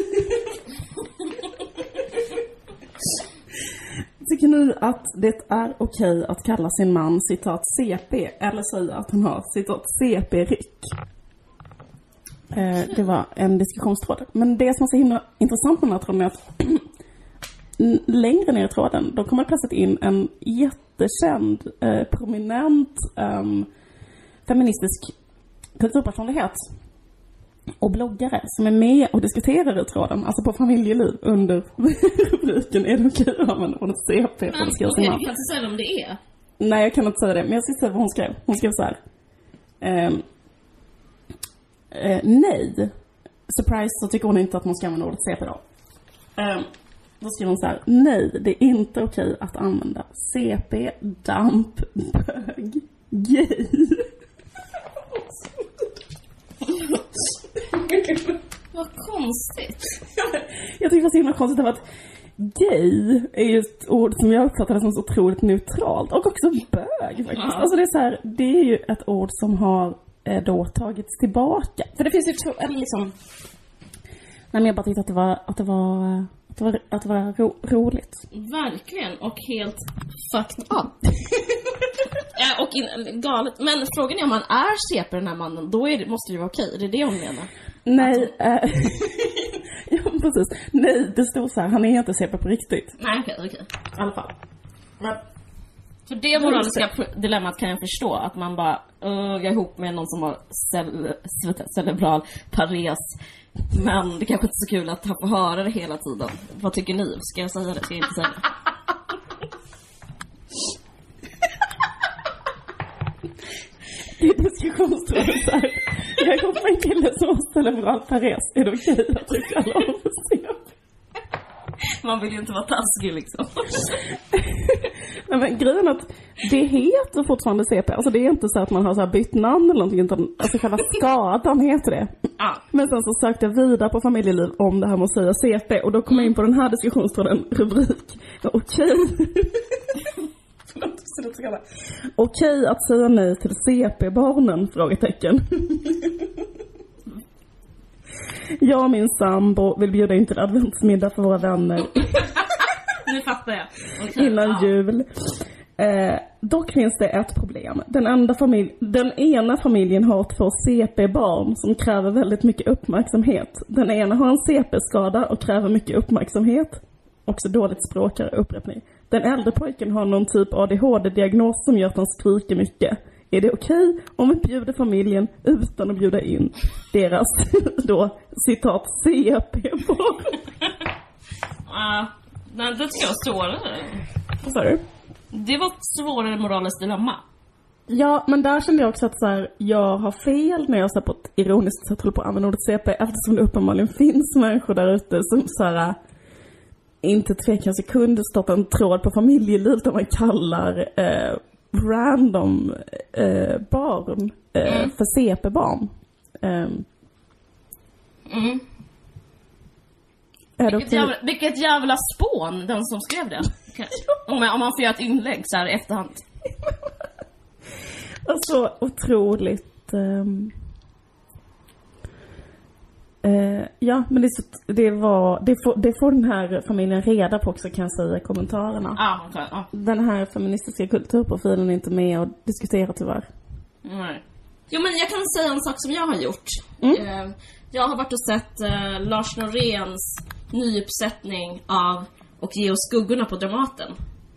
ni att det är okej att kalla sin man citat CP, eller säga att han har citat CP-ryck? Det var en diskussionstråd. Men det som är så himla intressant med den här tråden är att längre ner i tråden, då kommer det plötsligt in en jättekänd, prominent feministisk kulturpersonlighet och bloggare som är med och diskuterar i tråden, alltså på familjeliv, under rubriken är det okej att använda ordet CP för att beskriva sin man. Kan du säga om det är? Nej, jag kan inte säga det, men jag ska säga vad hon skrev. Hon skrev så här: nej, surprise, så tycker hon inte att man ska använda ordet CP då. Då skriver hon så här: nej, det är inte okej att använda CP, damp, bög, gay. Vad konstigt. Jag tycker det var så himla konstigt av att gay är ju ett ord som jag uppfattar som så otroligt neutralt. Och också bög faktiskt. Ja. Alltså det är så här, det är ju ett ord som har då tagits tillbaka. För det finns ju liksom... Nej, men jag bara tyckte att det var roligt. Verkligen, och helt fucked up. Galet. Men frågan är om han är CP, den här mannen. Då måste det vara okej. Det är det hon menar. Nej, ja precis. Nej, det stod så här, han är inte CP på riktigt. Nej, okej. I alla fall. För det moraliska dilemmat kan jag förstå. Att man bara, jag är ihop med någon som har cerebral pares. Men det kanske inte är så kul att han får höra det hela tiden. Vad tycker ni? Ska jag säga det? Ska jag inte säga det? Det är diskussionstrådet där. Jag är ihop med en kille som har cerebral pares. Är det okej att du kallar honom för CP? Man vill ju inte vara taskig liksom. Nej, men grejen är att det heter fortfarande CP. Alltså det är inte så att man har så här bytt namn eller någonting, utan alltså själva skadan heter det. Ja. Men sen så sökte jag vidare på familjeliv om det här med att säga CP. Och då kom jag in på den här diskussionstråden, rubrik. Okej. Okej att säga nej till CP-barnen? Frågetecken. Jag och min sambo vill bjuda in till adventsmiddag för våra vänner. Nu fattar jag. Okay. Innan jul. Dock finns det ett problem. Den ena familjen har 2 CP-barn som kräver väldigt mycket uppmärksamhet. Den ena har en CP-skada och kräver mycket uppmärksamhet. Också dåligt språkare, upprepning. Den äldre pojken har någon typ ADHD-diagnos som gör att han skriker mycket. Är det okej om vi bjuder familjen utan att bjuda in deras då, citat, CP-barn? Nej, det ska vara svårare. Vad sa du? Det var ett svårare moraliskt dilemma. Ja, men där kände jag också att så här, jag har fel när jag så här, på ett ironiskt sätt håller på att använda ordet CP, eftersom det uppenbarligen finns människor där ute som så här, inte tvekar en sekund startar en tråd på familjeliv där man kallar random barn för CP-barn. Vilket jävla spån, den som skrev det. Om man får göra ett inlägg så här i efterhand. Alltså otroligt ja, men det får den här familjen reda på också, kan jag säga i kommentarerna. Okay. Den här feministiska kulturprofilen är inte med och diskuterar tyvärr. Nej. Jo, men jag kan säga en sak som jag har gjort. Jag har varit och sett Lars Noréns nyuppsättning av Och ge oss skuggorna på Dramaten.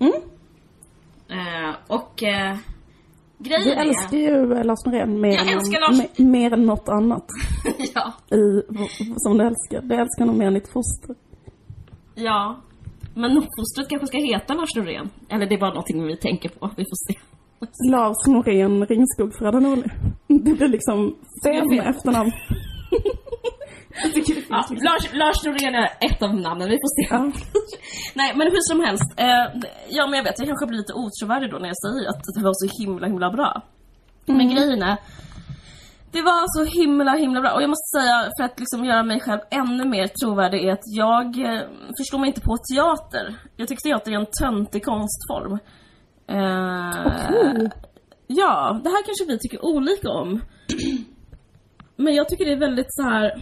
Grejen du älskar ju Lars Norén mer än något annat. Ja. Som du älskar. Du älskar nog mer än ditt foster. Ja. Men fostret kanske ska heta Lars Norén. Eller det är bara någonting vi tänker på. Vi får se. Lars Norén Ringskog Fröda Norli. Det blir liksom 5 efternamn. Ja, Lars Norén är ett av namnen, vi får se. Ja. Nej, men hur som helst. Ja, men jag vet, jag kanske blir lite otrovärdig då när jag säger att det var så himla bra. Men grejen är, det var så himla bra. Och jag måste säga, för att liksom göra mig själv ännu mer trovärdig, är att jag förstår mig inte på teater. Jag tycker teater är en töntig konstform. Ja, det här kanske vi tycker olika om. Men jag tycker det är väldigt så här,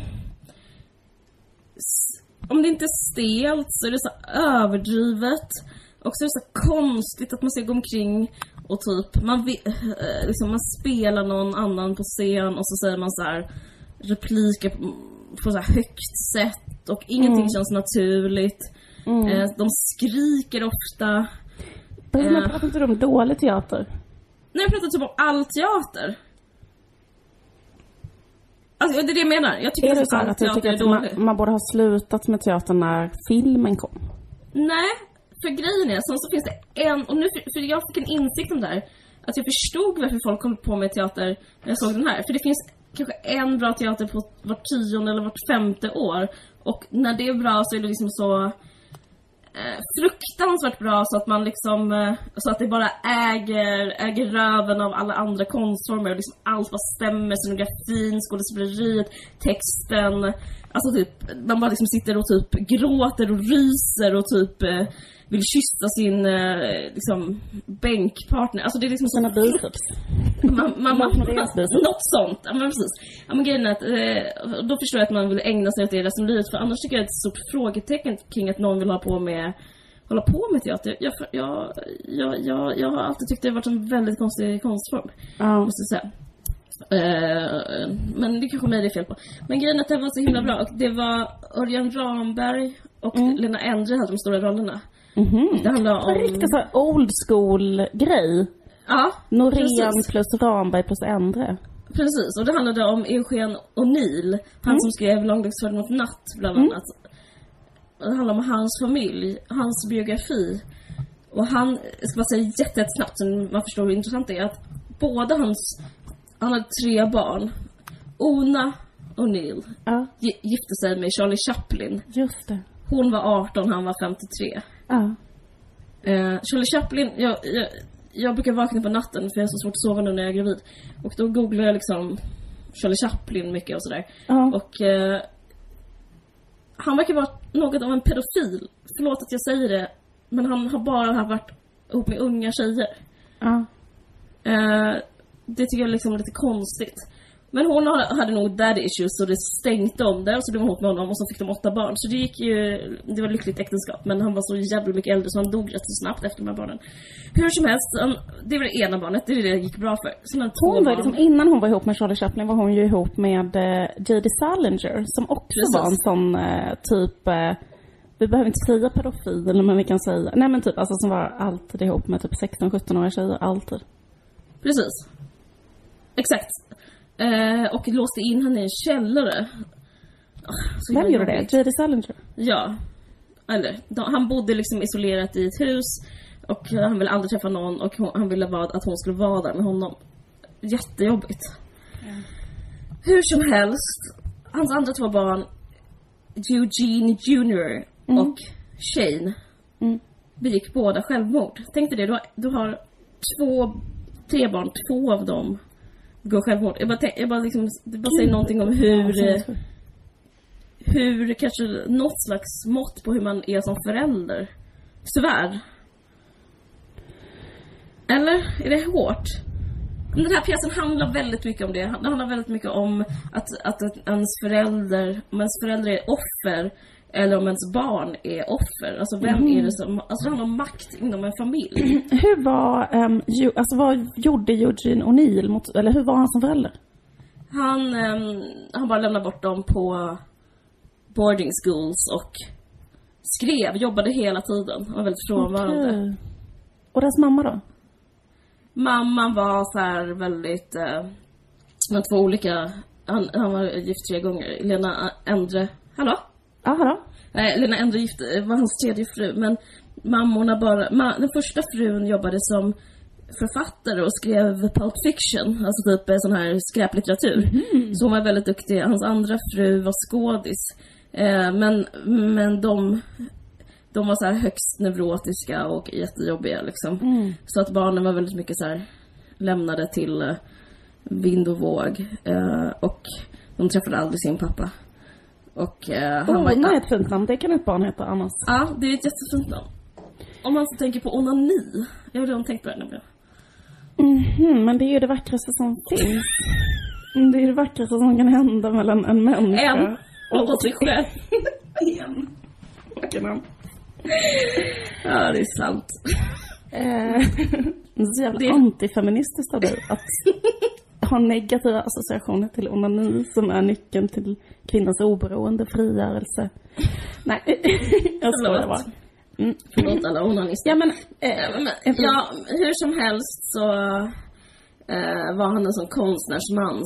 om det inte är stelt så är det så överdrivet. Och så är det så konstigt att man ska gå omkring och typ man spelar någon annan på scen och så säger man så här repliker på så här högt sätt och ingenting känns naturligt. De skriker ofta. Men pratar inte om dålig teater? Nej, jag pratar typ om all teater. Alltså, det är det jag menar. Jag tycker är det så att jag tycker att man borde ha slutat med teatern när filmen kom? Nej, för grejen är, så finns det och nu, för jag fick en insikt om det här, att jag förstod varför folk kom på med teater när jag såg den här. För det finns kanske en bra teater på vart 10:e eller vart 5:e år. Och när det är bra så är det liksom så fruktansvärt bra, så att man liksom så att det bara äger röven av alla andra konstformer och liksom allt vad stämmer, scenografin, skådespeleriet, texten, alltså typ man bara liksom sitter och typ gråter och ryser och typ vill kyssa sin liksom bänkpartner. Alltså det är liksom såna biceps. Något sånt. Ja, men precis. Ja, men grejen är att då förstår jag att man vill ägna sig åt det resten av livet, för annars tycker jag det är ett stort frågetecken kring att någon vill ha på med hålla på med teater. Jag har alltid tyckt det har varit en väldigt konstig konstform. Måste jag säga. Men det kanske mig det är fel på. Men grejen är att det var så himla bra. Och det var Örjan Ramberg och Lena Endre hade de stora rollerna. Det handlar om... En riktigt så old school grej. Ja, Norén plus Ramberg plus Endre. Precis, och det handlade om Eugene O'Neill. Han som skrev Långdagsfärd mot natt bland annat. Det handlar om hans familj, hans biografi. Och han, jag ska bara säga jättesnabbt så man förstår hur intressant det är, att båda han hade 3 barn. Ona O'Neill gifte sig med Charlie Chaplin. Just det. Hon var 18, han var 53. Charlie Chaplin, jag brukar vakna på natten för jag har så svårt att sova nu när jag är gravid. Och då googlar jag liksom Charlie Chaplin mycket och sådär. Och han verkar vara något av en pedofil. Förlåt att jag säger det, men han har bara varit ihop med unga tjejer. Det tycker jag liksom är lite konstigt. Men hon hade nog daddy issues så det stängde om det. Och så blev hon ihop med honom och så fick de 8 barn. Så det gick ju, det var lyckligt äktenskap. Men han var så jävla mycket äldre så han dog rätt så snabbt efter de här barnen. Hur som helst, det var det ena barnet, det är det gick bra för. Hon var liksom, innan hon var ihop med Charlie Chaplin var hon ju ihop med J.D. Salinger. Som också var en sån typ... vi behöver inte säga pedofil, men vi kan säga... Nej men typ, alltså som var alltid ihop med typ 16-17-åriga tjejer, alltid. Precis. Exakt. Och låste in henne i en källare. Vem gjorde det? J.D. Salinger? Ja. Eller, han bodde liksom isolerat i ett hus. Och han ville aldrig träffa någon. Och han ville att hon skulle vara där med honom. Jättejobbigt. Hur som helst. Hans andra 2 barn, Eugene Jr. och Shane, begick båda självmord. Tänk dig det, du har 3 barn, 2 av dem går självmord. Jag bara liksom, det bara säger någonting om hur kanske något slags mått på hur man är som förälder. Tyvärr. Eller? Är det hårt? Den här pjäsen handlar väldigt mycket om det. Det handlar väldigt mycket om att ens förälder, om ens förälder är offer eller om ens barn är offer. Alltså vem är det som... Alltså det handlar om makt inom en familj. Hur var... alltså vad gjorde Eugene O'Neill eller hur var han som förälder? Han bara lämnade bort dem på boarding schools och jobbade hela tiden. Han var väldigt frånvarande. Okay. Och deras mamma då? Mamman var så här väldigt... med 2 olika... Han var gift 3 gånger. Lena Endre... Hallå? Ja, hallå? Nej, Lena Endre var hans 3:e fru. Men mammorna bara... den första frun jobbade som författare och skrev Pulp Fiction. Alltså typ sån här skräplitteratur. Så hon var väldigt duktig. Hans andra fru var skådis. Men de var så här högst neurotiska och jättejobbiga liksom. Så att barnen var väldigt mycket så här lämnade till vind och våg. Och de träffade aldrig sin pappa. Och han var... Nej, ett fint namn. Det kan ett barn heta annars. Ja, det är ett jättefint namn. Om man så tänker på onani. Jag har redan tänkt på det nämligen. Men det är ju det vackraste som finns. Det är det vackraste som kan hända mellan en människa och sig själv. Vilken namn. Ja, det är sant. Det är så jävla antifeministiskt av dig att ha negativa associationer till onani som är nyckeln till kvinnans oberoende, frigörelse. Nej, jag skojar bara. Förlåt alla onanister. Ja, hur som helst så var han en sån konstnärsman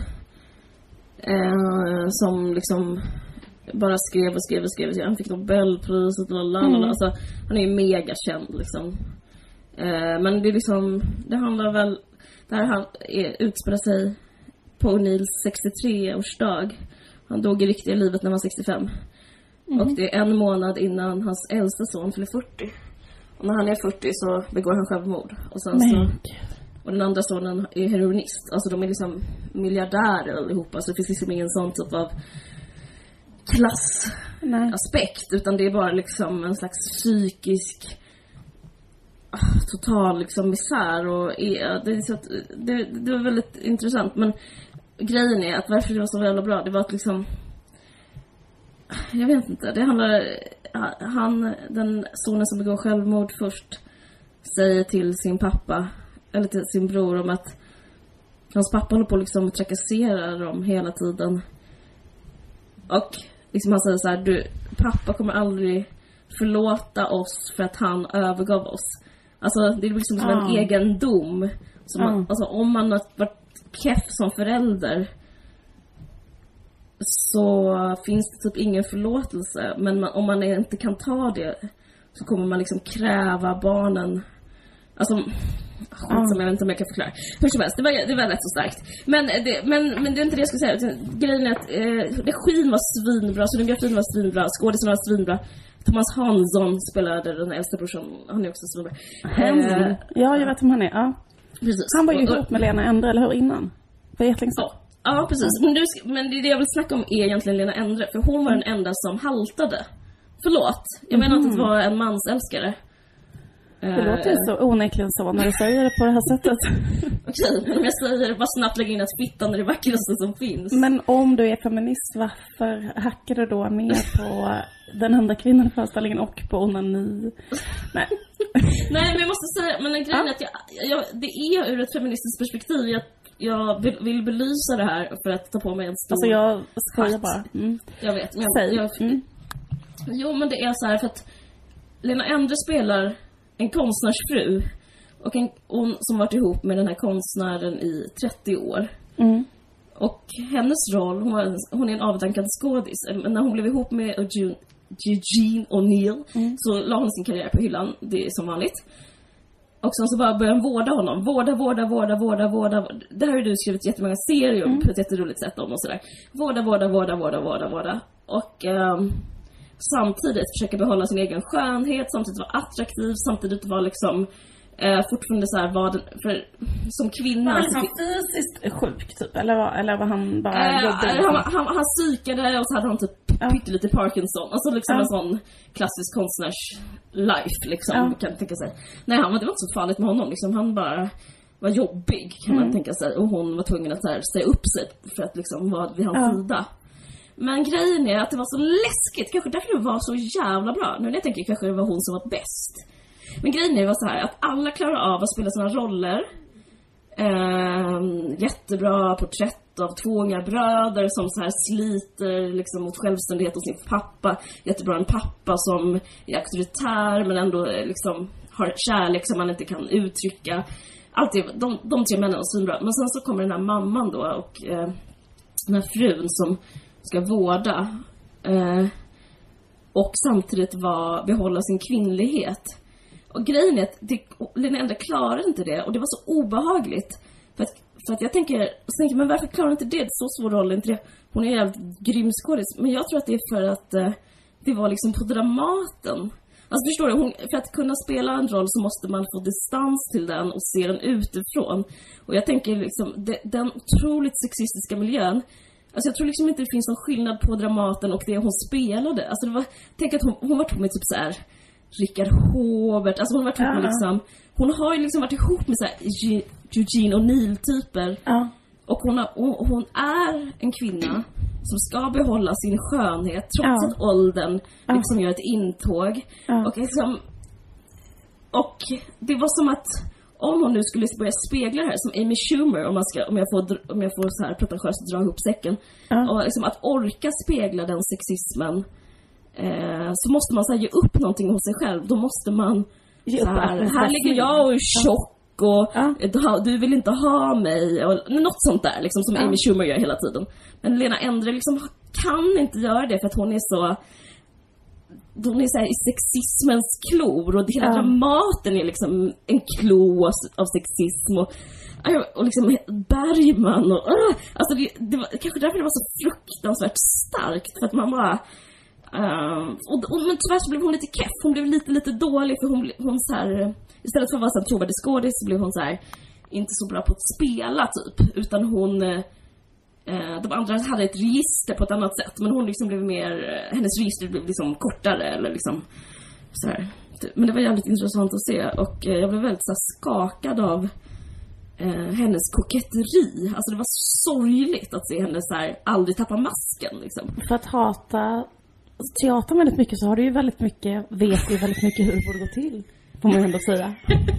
som liksom bara skrev. Han fick Nobelpriset alltså, han är ju mega känd liksom. Men det är liksom, det handlar väl, det här utspelar sig på O'Neills 63-årsdag. Han dog i riktiga livet när han var 65. Och det är 1 månad innan hans äldsta son fyller 40. Och när han är 40 så begår han självmord. Och sen och den andra sonen är heroinist. Alltså de är liksom miljardärer allihopa. Så det finns liksom ingen sån typ av klassaspekt. Utan det är bara liksom en slags psykisk total liksom misär. Och det var väldigt intressant. Men grejen är att varför det var så jävla bra, det var att liksom, jag vet inte, det handlar den sonen som begår självmord först säger till sin pappa, eller till sin bror, om att hans pappa håller på liksom trakassera dem hela tiden. Och liksom han säger så här: pappa kommer aldrig förlåta oss för att han övergav oss. Alltså det är liksom som en egen dom. Alltså om man har varit keff som förälder så finns det typ ingen förlåtelse. Men om man inte kan ta det så kommer man liksom kräva barnen. Alltså som jag vet inte om jag kan förklara. Hur som helst, det var rätt så starkt. Men det är inte det jag skulle säga. Grejen är att regin var svinbra, scenografin var svinbra, skådespelaren var svinbra. Thomas Hansson spelade den äldsta brorsan. Han är också svinbra. Ja, jag vet vem han är. Ja. Precis. Han var ju ihop med Lena Endre, eller hur, innan? För jättelänge sedan. Ja, precis. Men det jag vill snacka om är egentligen Lena Endre. För hon var den enda som haltade. Förlåt, jag menar att det var en mansälskare. Det låter ju så onekligen så när du säger det på det här sättet. Okej, men om jag säger det, bara snabbt lägga in att fittan är det vackraste som finns. Men om du är feminist, varför hackar du då mer på den enda kvinnan i föreställningen och på onani? Nej. Nej, men jag måste säga, men grejen är att det är ur ett feministiskt perspektiv. Jag vill belysa det här för att ta på mig en stor... Alltså jag skojar bara. Jag vet, men Jo, men det är så här för att Lena Endre spelar en konstnärsfru och hon som varit ihop med den här konstnären i 30 år. Och hennes roll, hon är en avdankad skådis. Men när hon blev ihop med Eugene O'Neill så la hon sin karriär på hyllan, det är som vanligt. Och sen så bara började hon vårda honom. Vårda. Det här har du skrivit jättemånga serier på ett jätteroligt sätt om och sådär. Vårda. Och samtidigt försöka behålla sin egen skönhet, samtidigt vara attraktiv, samtidigt vara liksom fortfarande så här för som kvinna. Var han fysiskt sjuk typ eller var han bara jobbig? Han psykade och så hade han typ pyttelite Parkinson. Alltså liksom en sån klassisk konstnärs life liksom kan man tänka sig. Nej, det var inte så farligt med honom liksom. Han bara var jobbig kan man tänka sig, och hon var tvungen att så här, säga upp sig för att liksom vara vid hans sida. Men grejen är att det var så läskigt, kanske därför det var så jävla bra. Nu när jag tänker kanske det var hon som var bäst. Men grejen är så här att alla klarar av att spela sina roller. Jättebra porträtt av 2 unga bröder som så här sliter liksom mot självständighet hos sin pappa. Jättebra en pappa som är auktoritär men ändå liksom har ett kärlek som man inte kan uttrycka. Alltid, de 3 männen är svinbra. Men sen så kommer den här mamman då och den här frun som ska vårda och samtidigt behålla sin kvinnlighet. Och grejen är att Lena Endre klarar inte det, och det var så obehagligt för att jag tänker men varför klarar hon inte det? Det är så svår roll, inte det? Hon är jävligt grym skådis, men jag tror att det är för att det var liksom på Dramaten. Alltså förstår du, för att kunna spela en roll så måste man få distans till den och se den utifrån. Och jag tänker liksom den otroligt sexistiska miljön. Alltså jag tror liksom inte det finns någon skillnad på Dramaten och det hon spelade. Alltså tänk att hon var med typ så här Richard Håbert, alltså hon har varit ihop med liksom, hon har ju liksom varit ihop med så här Eugene O'Neill typer. Och hon är en kvinna som ska behålla sin skönhet trots att åldern liksom gör ett intåg. Och liksom, och det var som att om hon nu skulle börja spegla det här som Amy Schumer, om jag får så här pretentiöst dra ihop säcken, och liksom att orka spegla den sexismen, så måste man så här, ge upp någonting hos sig själv. Då måste man så här ligger jag och är tjock och du vill inte ha mig och något sånt där liksom, som Amy Schumer gör hela tiden. Men Lena Endre liksom kan inte göra det för att hon är så här i sexismens klor, och hela Dramaten är liksom en klo av sexism och liksom Bergman och alltså det var kanske därför det var så fruktansvärt starkt, för att man bara men tyvärr så blev hon lite keff. Hon blev lite dålig, för hon så här, istället för att vara så trovärdig skådis så blev hon så här inte så bra på att spela typ, utan hon de andra hade ett register på ett annat sätt, men hon liksom blev mer, hennes register blev liksom kortare eller liksom så här. Men det var jävligt intressant att se, och jag blev väldigt så här skakad av hennes koketteri. Alltså det var sorgligt att se henne så här aldrig tappa masken liksom. För att hata teatern väldigt mycket så har du ju väldigt mycket, vet du väldigt mycket hur det borde gå till. Får man ändå säga.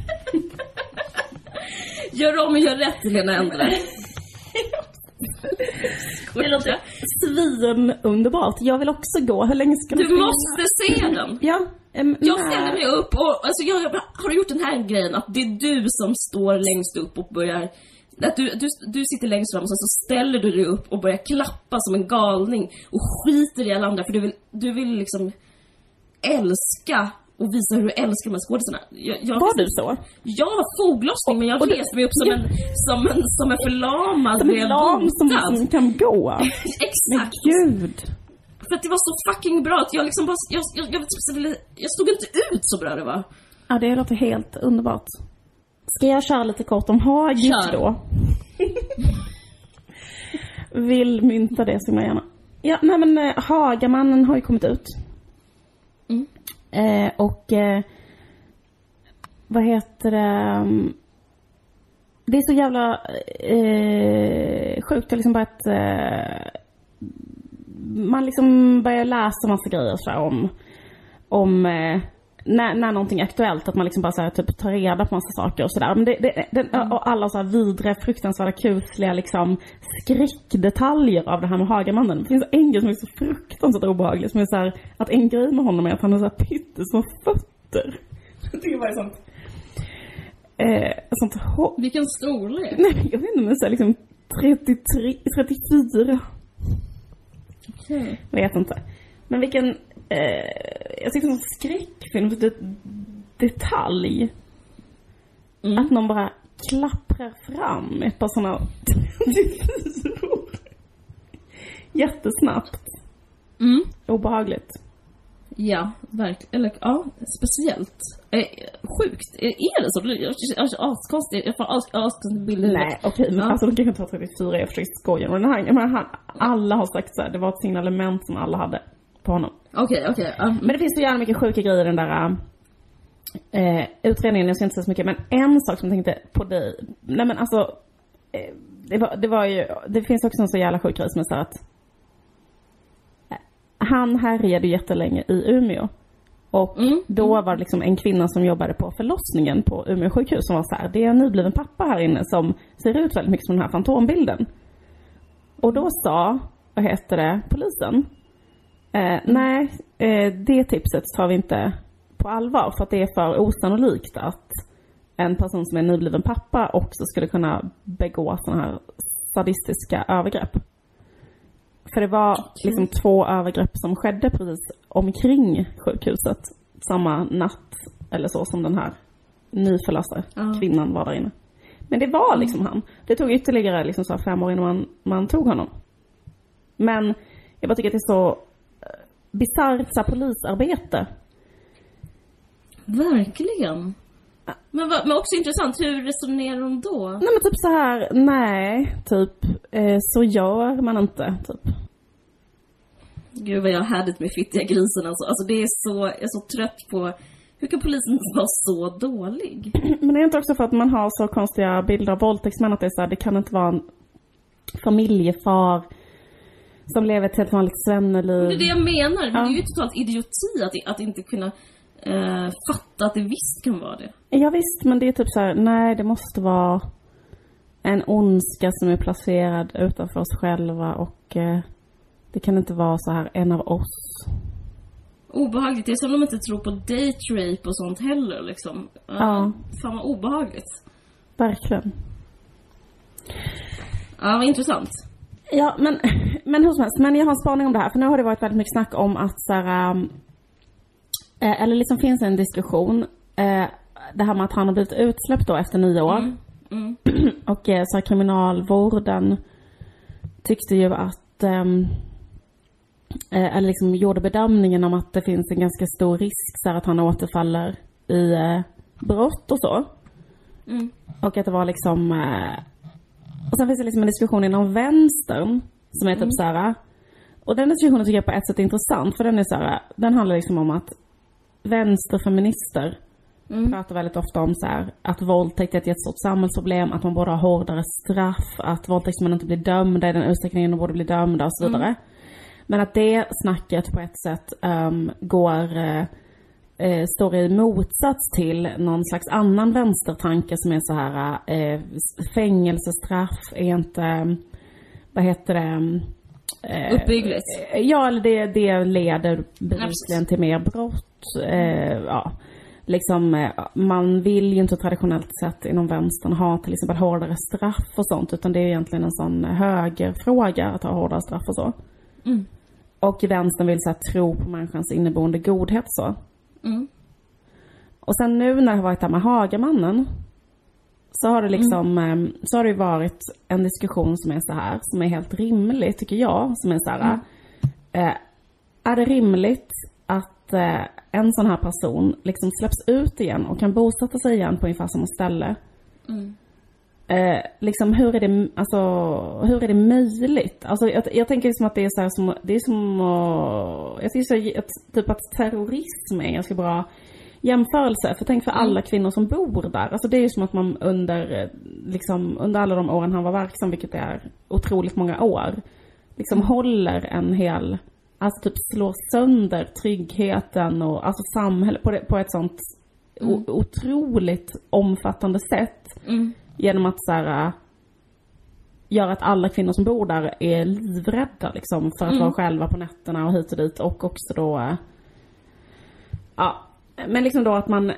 Gör om och gör rätt, Lena Endre. Det låter svin underbart. Jag vill också gå. Hur länge ska du måste se den. Ja. Jag ställer mig upp och alltså jag har gjort den här grejen att det är du som står längst upp och börjar att du sitter längst fram och så ställer du dig upp och börjar klappa som en galning och skiter i alla andra för du vill liksom älska och visa hur du älskar de här skådespelarna. Var du så? Jag var foglossning men jag reste mig upp som en förlamad. Som en lam som kan gå. Exakt. Men gud. För att det var så fucking bra att jag liksom bara, jag stod inte ut så bra det var. Ja, det låter helt underbart. Ska jag köra lite kort om Hagis då? Vill mynta det så gärna. Ja, nej men Hagamannen har ju kommit ut. Vad heter det? Det är så jävla sjukt. Jag liksom bara att man liksom börjar läsa massa grejer så här om när någonting är aktuellt, att man liksom bara så här, typ tar reda på massa saker och sådär. Men och alla så här vidre, fruktansvärda, kusliga liksom skräckdetaljer av det här med Hagamannen. Det finns en grej som är så fruktansvärt obehaglig, som är så här, att en grej med honom är att han har så här pyttesmå fötter. Jag tycker bara det är sånt. Vilken storlek? Nej, jag vet inte, men så här, liksom 34. Okay. Vet inte. Men vilken jag tycker som skräckfilm, detalj. Att någon bara klapprar fram ett par sådana jättesnabbt. Obehagligt. Ja, verkligen. Eller ja, speciellt. Sjukt. Är det så? Jag askonstigt. Jag får askonstigt bilder. Nej, okej, men alltså de kan inte ta 34. Jag försöker skoja. Men alla har sagt så här, det var ett signalement som alla hade på honom. Okej. Men det finns så gärna mycket sjuka grejer i den där utredningen. Jag ska inte säga så mycket, men en sak som jag tänkte på dig. Nej men alltså det var ju, det finns också en så jävla sjuk grej som är så att han härjade jättelänge i Umeå. Och då var det liksom en kvinna som jobbade på förlossningen på Umeå sjukhus som var så här: det är en nybliven pappa här inne som ser ut väldigt mycket som den här fantombilden. Och då sa, polisen, nej, det tipset tar vi inte på allvar, för att det är för osannolikt att en person som är nybliven pappa också skulle kunna begå sådana här sadistiska övergrepp. För det var liksom 2 övergrepp som skedde precis omkring sjukhuset samma natt eller så som den här nyförlösta kvinnan var där inne. Men det var liksom han. Det tog ytterligare liksom så 5 år innan man tog honom. Men jag bara tycker att det är så bisarrt polisarbete. Verkligen. Men också intressant, hur resonerar de då? Nej men typ så här, så gör man inte, typ. Gud vad jag hade med fittiga grisen alltså det är så, jag är så trött på, hur kan polisen vara så dålig? Men det är inte också för att man har så konstiga bilder av våldtäktsmän, att det är så här, det kan inte vara en familjefar som lever ett helt vanligt svenneliv. Det är det jag menar, men det är ju totalt idioti att inte kunna fatta att det visst kan vara det. Ja visst, men det är typ så här: nej, det måste vara en ondska som är placerad utanför oss själva, och det kan inte vara så här en av oss. Obehagligt, det är som de inte tror på date rape och sånt heller liksom. Ja. Fan vad obehagligt. Verkligen. Ja, vad intressant. Ja, men hur som helst, men jag har en spaning om det här, för nu har det varit väldigt mycket snack om att så här, eller liksom finns en diskussion, det här med att han har blivit utsläppt då efter 9 år. Och så här, kriminalvården tyckte ju att eller liksom gjorde bedömningen om att det finns en ganska stor risk så här, att han återfaller i brott och så. Och att det var liksom och sen finns det liksom en diskussion inom vänstern som är typ så här, och den diskussionen tycker jag på ett sätt är intressant, för den är så här, den handlar liksom om att vänsterfeminister pratar väldigt ofta om så här, att våldtäkt är ett jättestort samhällsproblem, att man borde ha hårdare straff, att våldtäktsmän inte blir dömda i den utsträckningen de borde bli dömda och så vidare. Men att det snacket på ett sätt står i motsats till någon slags annan vänstertanke som är så här fängelsestraff är inte, vad heter det, uppbyggligt. Ja, eller det leder bevisligen till mer brott. Ja, liksom man vill ju inte traditionellt sett inom vänstern ha till exempel hårdare straff och sånt, utan det är egentligen en sån högerfråga att ha hårdare straff och så. Mm. Och vänstern vill så här, tro på människans inneboende godhet så. Mm. Och sen nu när jag har varit där med Hagamannen så har det liksom så har det varit en diskussion som är så här, som är helt rimlig tycker jag, som är så här är det rimligt att en sån här person liksom släpps ut igen och kan bosätta sig igen på ungefär samma ställe? Liksom hur är det möjligt? Alltså jag tänker liksom att det är så här som jag tycker så typ att terrorism är en ganska bra jämförelse. För tänk för alla kvinnor som bor där. Alltså det är ju som att man under alla de åren han var verksam, vilket är otroligt många år, liksom håller en hel, alltså typ slår sönder tryggheten och alltså samhället på ett sånt otroligt omfattande sätt. Genom att så här, göra att alla kvinnor som bor där är livrädda liksom, för att vara själva på nätterna och hit och dit. Och också då men liksom då att man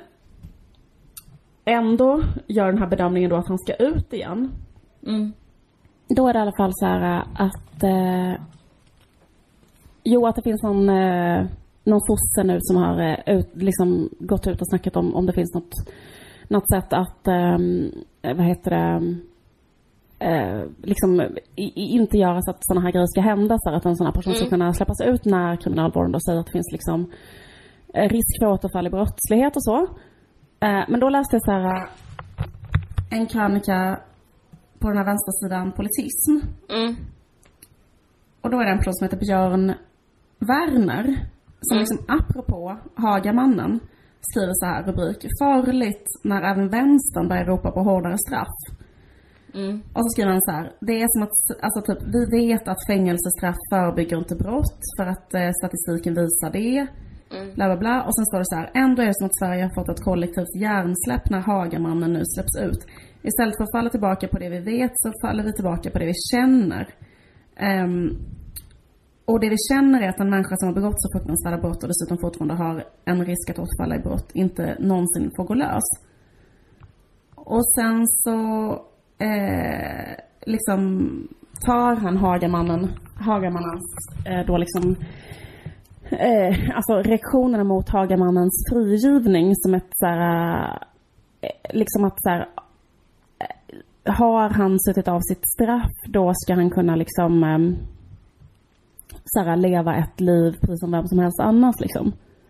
ändå gör den här bedömningen då att han ska ut igen. Då är det i alla fall så här att att det finns någon sosse nu som har liksom gått ut och snackat om det finns något sätt att liksom inte göra så att sådana här grejer ska hända, så att en sån här person ska kunna släppas ut när kriminalvården då säger att det finns liksom risk för återfall i brottslighet och så. Men då läste jag så här en krönika på den här vänstersidan Politism. Och då är det en person som heter Björn Werner som liksom apropå Hagamannen skriver så här rubrik: farligt när även vänstern börjar ropa på hårdare straff. Och så skriver han så här: det är som att, alltså typ, vi vet att fängelsestraff förebygger inte brott för att statistiken visar det. Bla bla bla. Och sen står det så här: ändå är det som att Sverige har fått ett kollektivt hjärnsläpp när Hagamannen nu släpps ut. Istället för att falla tillbaka på det vi vet så faller vi tillbaka på det vi känner. Och det vi känner är att en människa som har begått så fruktansvärda brott och dessutom fortfarande har en risk att återfalla i brott inte någonsin får gå lös. Och sen så liksom tar han Hagamannens då liksom alltså reaktionerna mot Hagamannens frigivning som ett så här, liksom att så här, har han suttit av sitt straff, då ska han kunna liksom så här, leva ett liv precis som vem som helst annars liksom.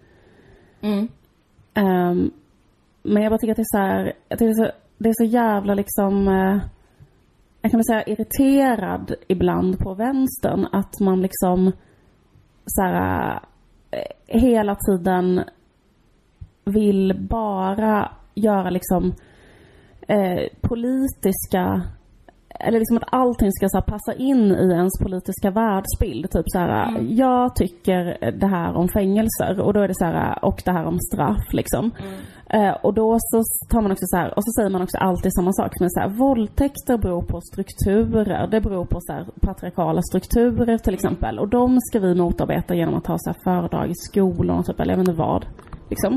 Men jag bara tycker att det är så här, det är så jävla liksom jag kan väl säga irriterad ibland på vänstern att man liksom så här, hela tiden vill bara göra liksom politiska, eller liksom att allting ska så här passa in i ens politiska världsbild, typ så här jag tycker det här om fängelser och då är det så här, och det här om straff liksom. Och då så tar man också så här, och så säger man också alltid samma sak, men så här, våldtäkter beror på strukturer, det beror på så här patriarkala strukturer till exempel, och de ska vi motarbeta genom att ha så här föredrag i skolan och typ, eller jag vet inte vad liksom.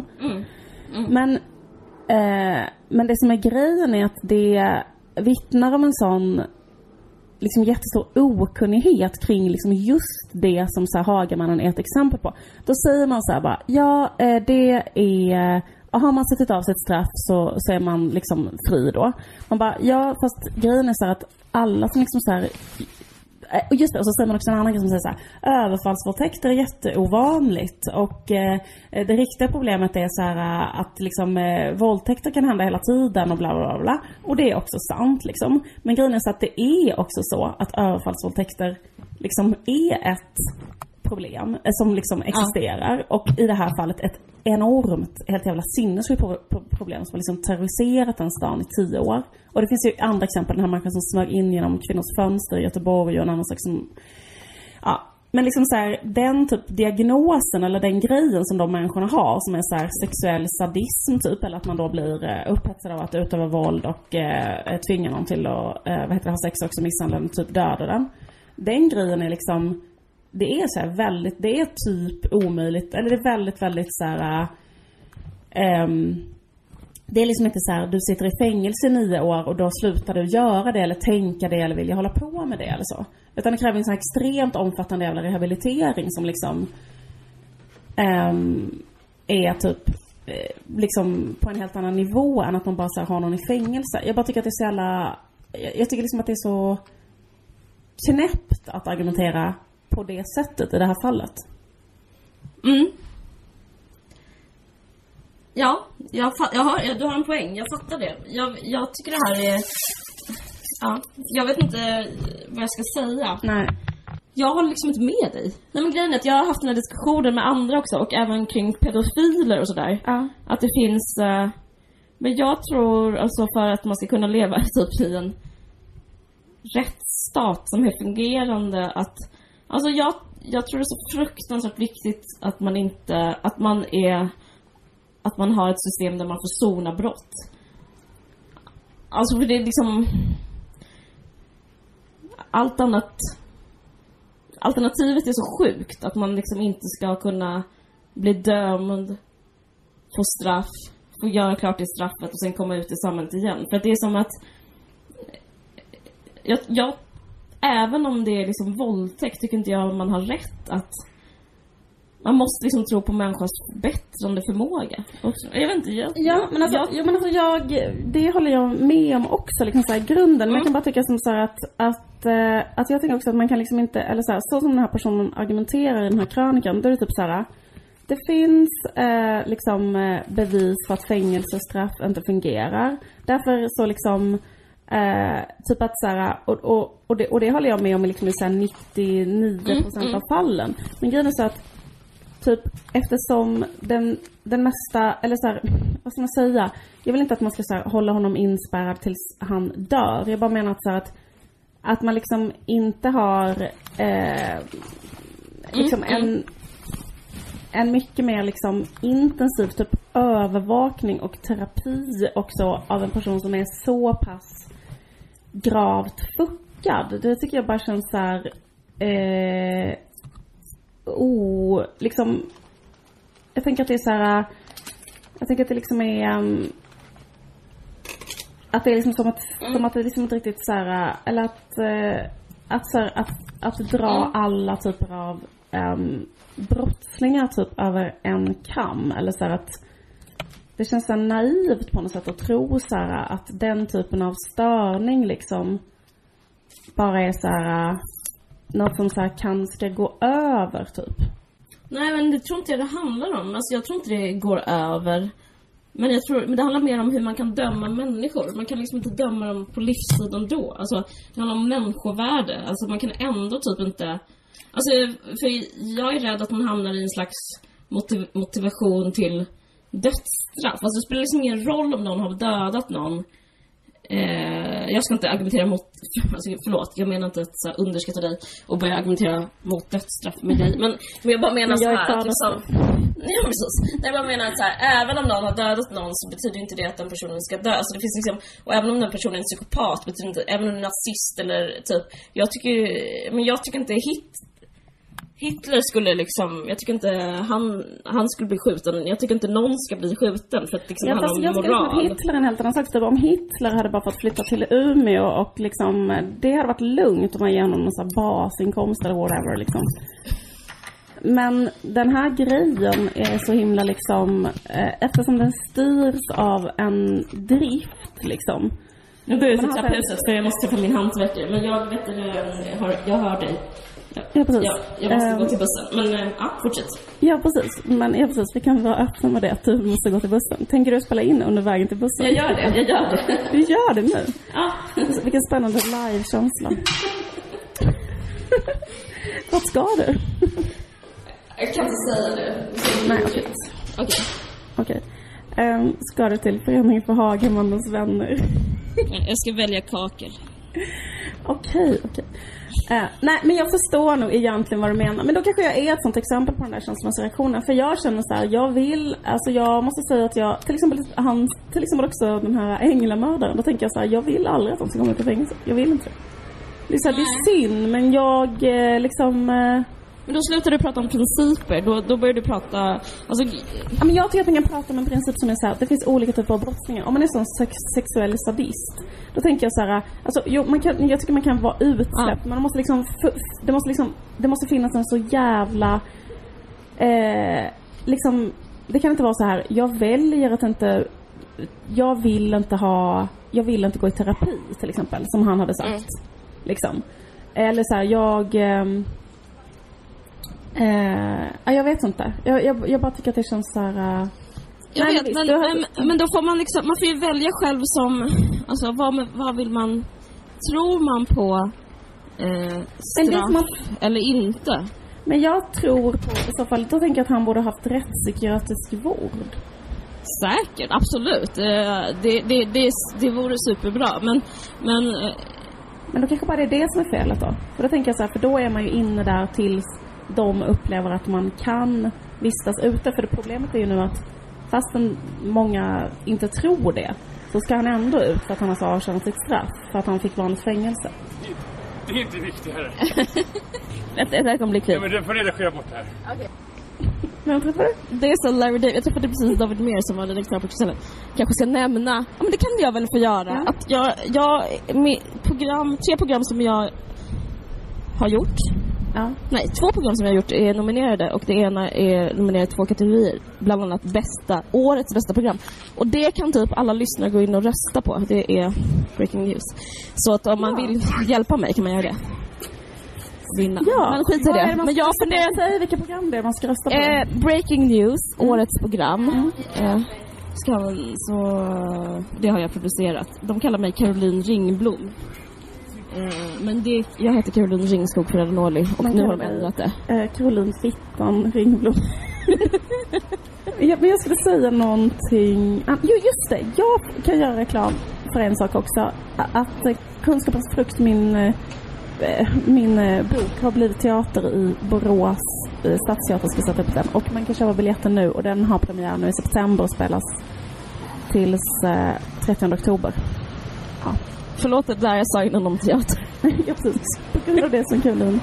Men det som är grejen är att det vittnar om en sån liksom jättestor okunnighet kring liksom just det som så här Hagamannen är ett exempel på. Då säger man så här bara, det är, har man suttit av sitt straff så är man liksom fri då. Man bara, fast grejen är så här att alla som liksom så här, och just det, och så säger man också en annan grej som säger så här: överfallsvåldtäkter är jätteovanligt och det riktiga problemet är så här att liksom våldtäkter kan hända hela tiden och bla bla bla, och det är också sant liksom. Men grejen är så att det är också så att överfallsvåldtäkter liksom är ett problem som liksom existerar, och i det här fallet ett enormt, helt jävla sinnessjukt problem som har liksom terroriserat den stan i 10 år. Och det finns ju andra exempel, den här människan som smög in genom kvinnors fönster i Göteborg och en annan sak som Men liksom så här, den typ diagnosen eller den grejen som de människorna har, som är så här sexuell sadism typ, eller att man då blir upphetsad av att utöva våld och tvinga någon till att ha sex också, misshandla den, typ döda den. Den grejen är liksom, det är så här väldigt, det är typ omöjligt, eller det är väldigt, väldigt så här, det är liksom inte så här, du sitter i fängelse i 9 år och då slutar du göra det eller tänka det eller vilja hålla på med det eller så. Utan det kräver en så här extremt omfattande jävla rehabilitering som liksom är typ liksom på en helt annan nivå än att man bara så här, har någon i fängelse. Jag bara tycker att det är så jävla, jag tycker liksom att det är så knäppt att argumentera på det sättet i det här fallet. Ja, du har en poäng. Jag fattar det. Jag tycker det här är... Ja, jag vet inte vad jag ska säga. Nej. Jag håller liksom inte med dig. Nej, men grejen är att jag har haft den här diskussionen med andra också. Och även kring pedofiler och sådär. Ja. Att det finns... Men jag tror alltså för att man ska kunna leva typ i en rättsstat som är fungerande. Att... Alltså jag tror det är så fruktansvärt viktigt att man inte... Att man har ett system där man får sona brott. Alltså för det är liksom... Allt annat... Alternativet är så sjukt att man liksom inte ska kunna bli dömd, få straff, få göra klart det straffet och sen komma ut i samhället igen. För det är som att... Jag även om det är liksom våldtäkt tycker inte jag man har rätt att... Man måste liksom tro på människors bättrande förmåga. Jag vet inte. Det håller jag med om också, liksom så här, grunden. Men jag kan bara tycka som så här att jag tänker också att man kan liksom inte, eller så här, så som den här personen argumenterar i den här krönikan, då är det typ så här: det finns liksom bevis för att fängelsestraff inte fungerar. Därför så liksom typ att så här, och det håller jag med om liksom i så här 99% av fallen. Men grejen är så att typ eftersom den mesta, eller så här, vad ska man säga, jag vill inte att man ska så här, hålla honom inspärrad tills han dör. Jag bara menar att så här, att man liksom inte har liksom en mycket mer liksom intensiv typ övervakning och terapi också av en person som är så pass gravt fuckad. Det tycker jag bara känns så här liksom, jag tänker att det är så här, jag tänker att det liksom är att det är liksom som att det liksom inte riktigt så här, eller att dra alla typer av brottslingar typ över en kam, eller så här, att det känns så här naivt på något sätt att tro så här, att den typen av störning liksom bara är så här något som så här ska gå över typ. Nej, men det tror inte jag det handlar om. Alltså jag tror inte det går över. Men det handlar mer om hur man kan döma människor. Man kan liksom inte döma dem på livstiden då. Alltså det handlar om människovärde. Alltså man kan ändå typ inte... Alltså för jag är rädd att man hamnar i en slags motivation till dödsstraff. Alltså det spelar liksom ingen roll om någon har dödat någon. Jag ska inte argumentera mot, alltså förlåt, jag menar inte att så här, underskatta dig och börja argumentera mot dödsstraff med dig, men jag bara menar så här att liksom, jag bara menar att så här, även om någon har dödat någon så betyder inte det att den personen ska dö. Alltså det finns liksom, och även om den personen är en psykopat betyder inte, även om den är nazist eller typ, jag tycker inte Hitler skulle liksom, jag tycker inte han skulle bli skjuten. Jag tycker inte någon ska bli skjuten för att liksom handla om moral. Hitler är en helt annan sak. Typ om Hitler hade bara fått flytta till Umeå och liksom, det hade varit lugnt om man ger honom någon sån här basinkomst eller whatever liksom. Men den här grejen är så himla liksom, eftersom den styrs av en drift liksom. Nu börjar jag sitta plötsligt för jag måste få min hantverkare. Men jag vet jag hör dig. Ja, precis. Jag måste gå till bussen. Men fortsätt. Ja, precis. Vi kan vara öppna med det att du måste gå till bussen. Tänker du spela in under vägen till bussen? Jag gör det. Du gör det nu? Ja. Vilken spännande live-känsla. Vad ska du? Jag kan inte säga det. Nej, okej. Ska du till Föreningen för Hagemannens vänner? Jag ska välja kakel. Okej. Nej, men jag förstår nog egentligen vad du menar. Men då kanske jag är ett sånt exempel på den där känslomässiga reaktionen. För jag känner så här, jag måste säga att jag, till exempel också den här änglamördaren. Då tänker jag så här, jag vill aldrig att de ska komma ut i fängelse. Jag vill inte det. Det är synd, men jag liksom... Men då slutar du prata om principer. Då börjar du prata... Alltså... Ja, men jag tycker att man kan prata om en princip som är så här. Det finns olika typer av brottslingar. Om man är sån sexuell sadist, då tänker jag så här. Alltså, jag tycker man kan vara utsläppt. Men det måste finnas en så jävla... liksom, det kan inte vara så här. Jag väljer att inte... Jag vill inte gå i terapi, till exempel. Som han hade sagt. Liksom. Eller så här, jag vet inte. Jag bara tycker att det känns så här... Men då får man liksom... Man får ju välja själv som... Alltså, vad vill man... Tror man på straff eller inte? Men jag tror på... I så fall, då tänker jag att han borde ha haft rättspsykiatrisk vård. Säkert, absolut. Det vore superbra. Men då kanske bara det är det som är felet då. För då tänker jag så här, för då är man ju inne där tills de upplever att man kan vistas ute. För det problemet är ju nu att fastän många inte tror det, så ska han ändå ut för att han har avtjänat sitt straff. För att han fick vanligt fängelse. Det är inte viktigare. Det här kommer bli kul. Ja, men det får redigera bort här. Okej. Vem träffade du? Det är så Larry David. Jag träffade precis David Meir som var redaktör på Kristallen. Kanske ska nämna. Ja, men det kan jag väl få göra. Ja. Att tre program som jag har gjort. Ja. Nej, 2 program som jag har gjort är nominerade. Och det ena är nominerat i 2 kategorier. Bland annat årets bästa program. Och det kan typ alla lyssnare gå in och rösta på. Det är Breaking News. Så att om man vill hjälpa mig kan man göra det. Vinna. Ja, men skit i det. Men jag funderar... Säg vilka program det är man ska rösta på. Breaking News, årets program. Det har jag producerat. De kallar mig Caroline Ringblom. Men jag heter Caroline Ringskog för Norli. Och nu har de ändrat det. Caroline Fittan Ringblom. Men jag skulle säga någonting. Jo, just det. Jag kan göra reklam för en sak också. Att Kunskapens frukt, min bok, har blivit teater i Borås. Stadsteater ska sätta upp den. Och man kan köpa biljetten nu. Och den har premiär nu i september och spelas tills 30 oktober. Ja. Förlåt att jag sa innan om teater. Ja, precis. På grund av det som Caroline.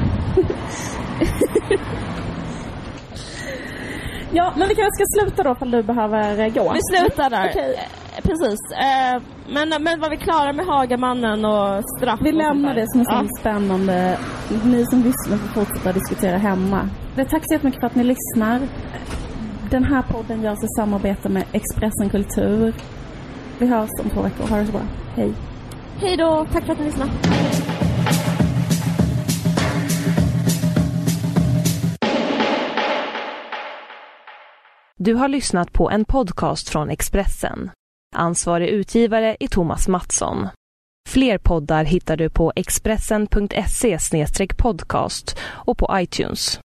Ja, men vi kanske ska sluta då, för du behöver gå. Vi slutar där. Okej. Precis. Men var vi klara med Hagamannen och straff? Vi lämnar det som är så spännande. Ni som lyssnar får fortsätta diskutera hemma. Tack så jättemycket för att ni lyssnar. Den här podden görs i samarbete med Expressen Kultur. Vi hörs om 2 veckor. Ha det så bra. Hej. Hej då. Tack för att ni lyssnade. Du har lyssnat på en podcast från Expressen. Ansvarig utgivare är Thomas Mattsson. Fler poddar hittar du på expressen.se/podcast och på iTunes.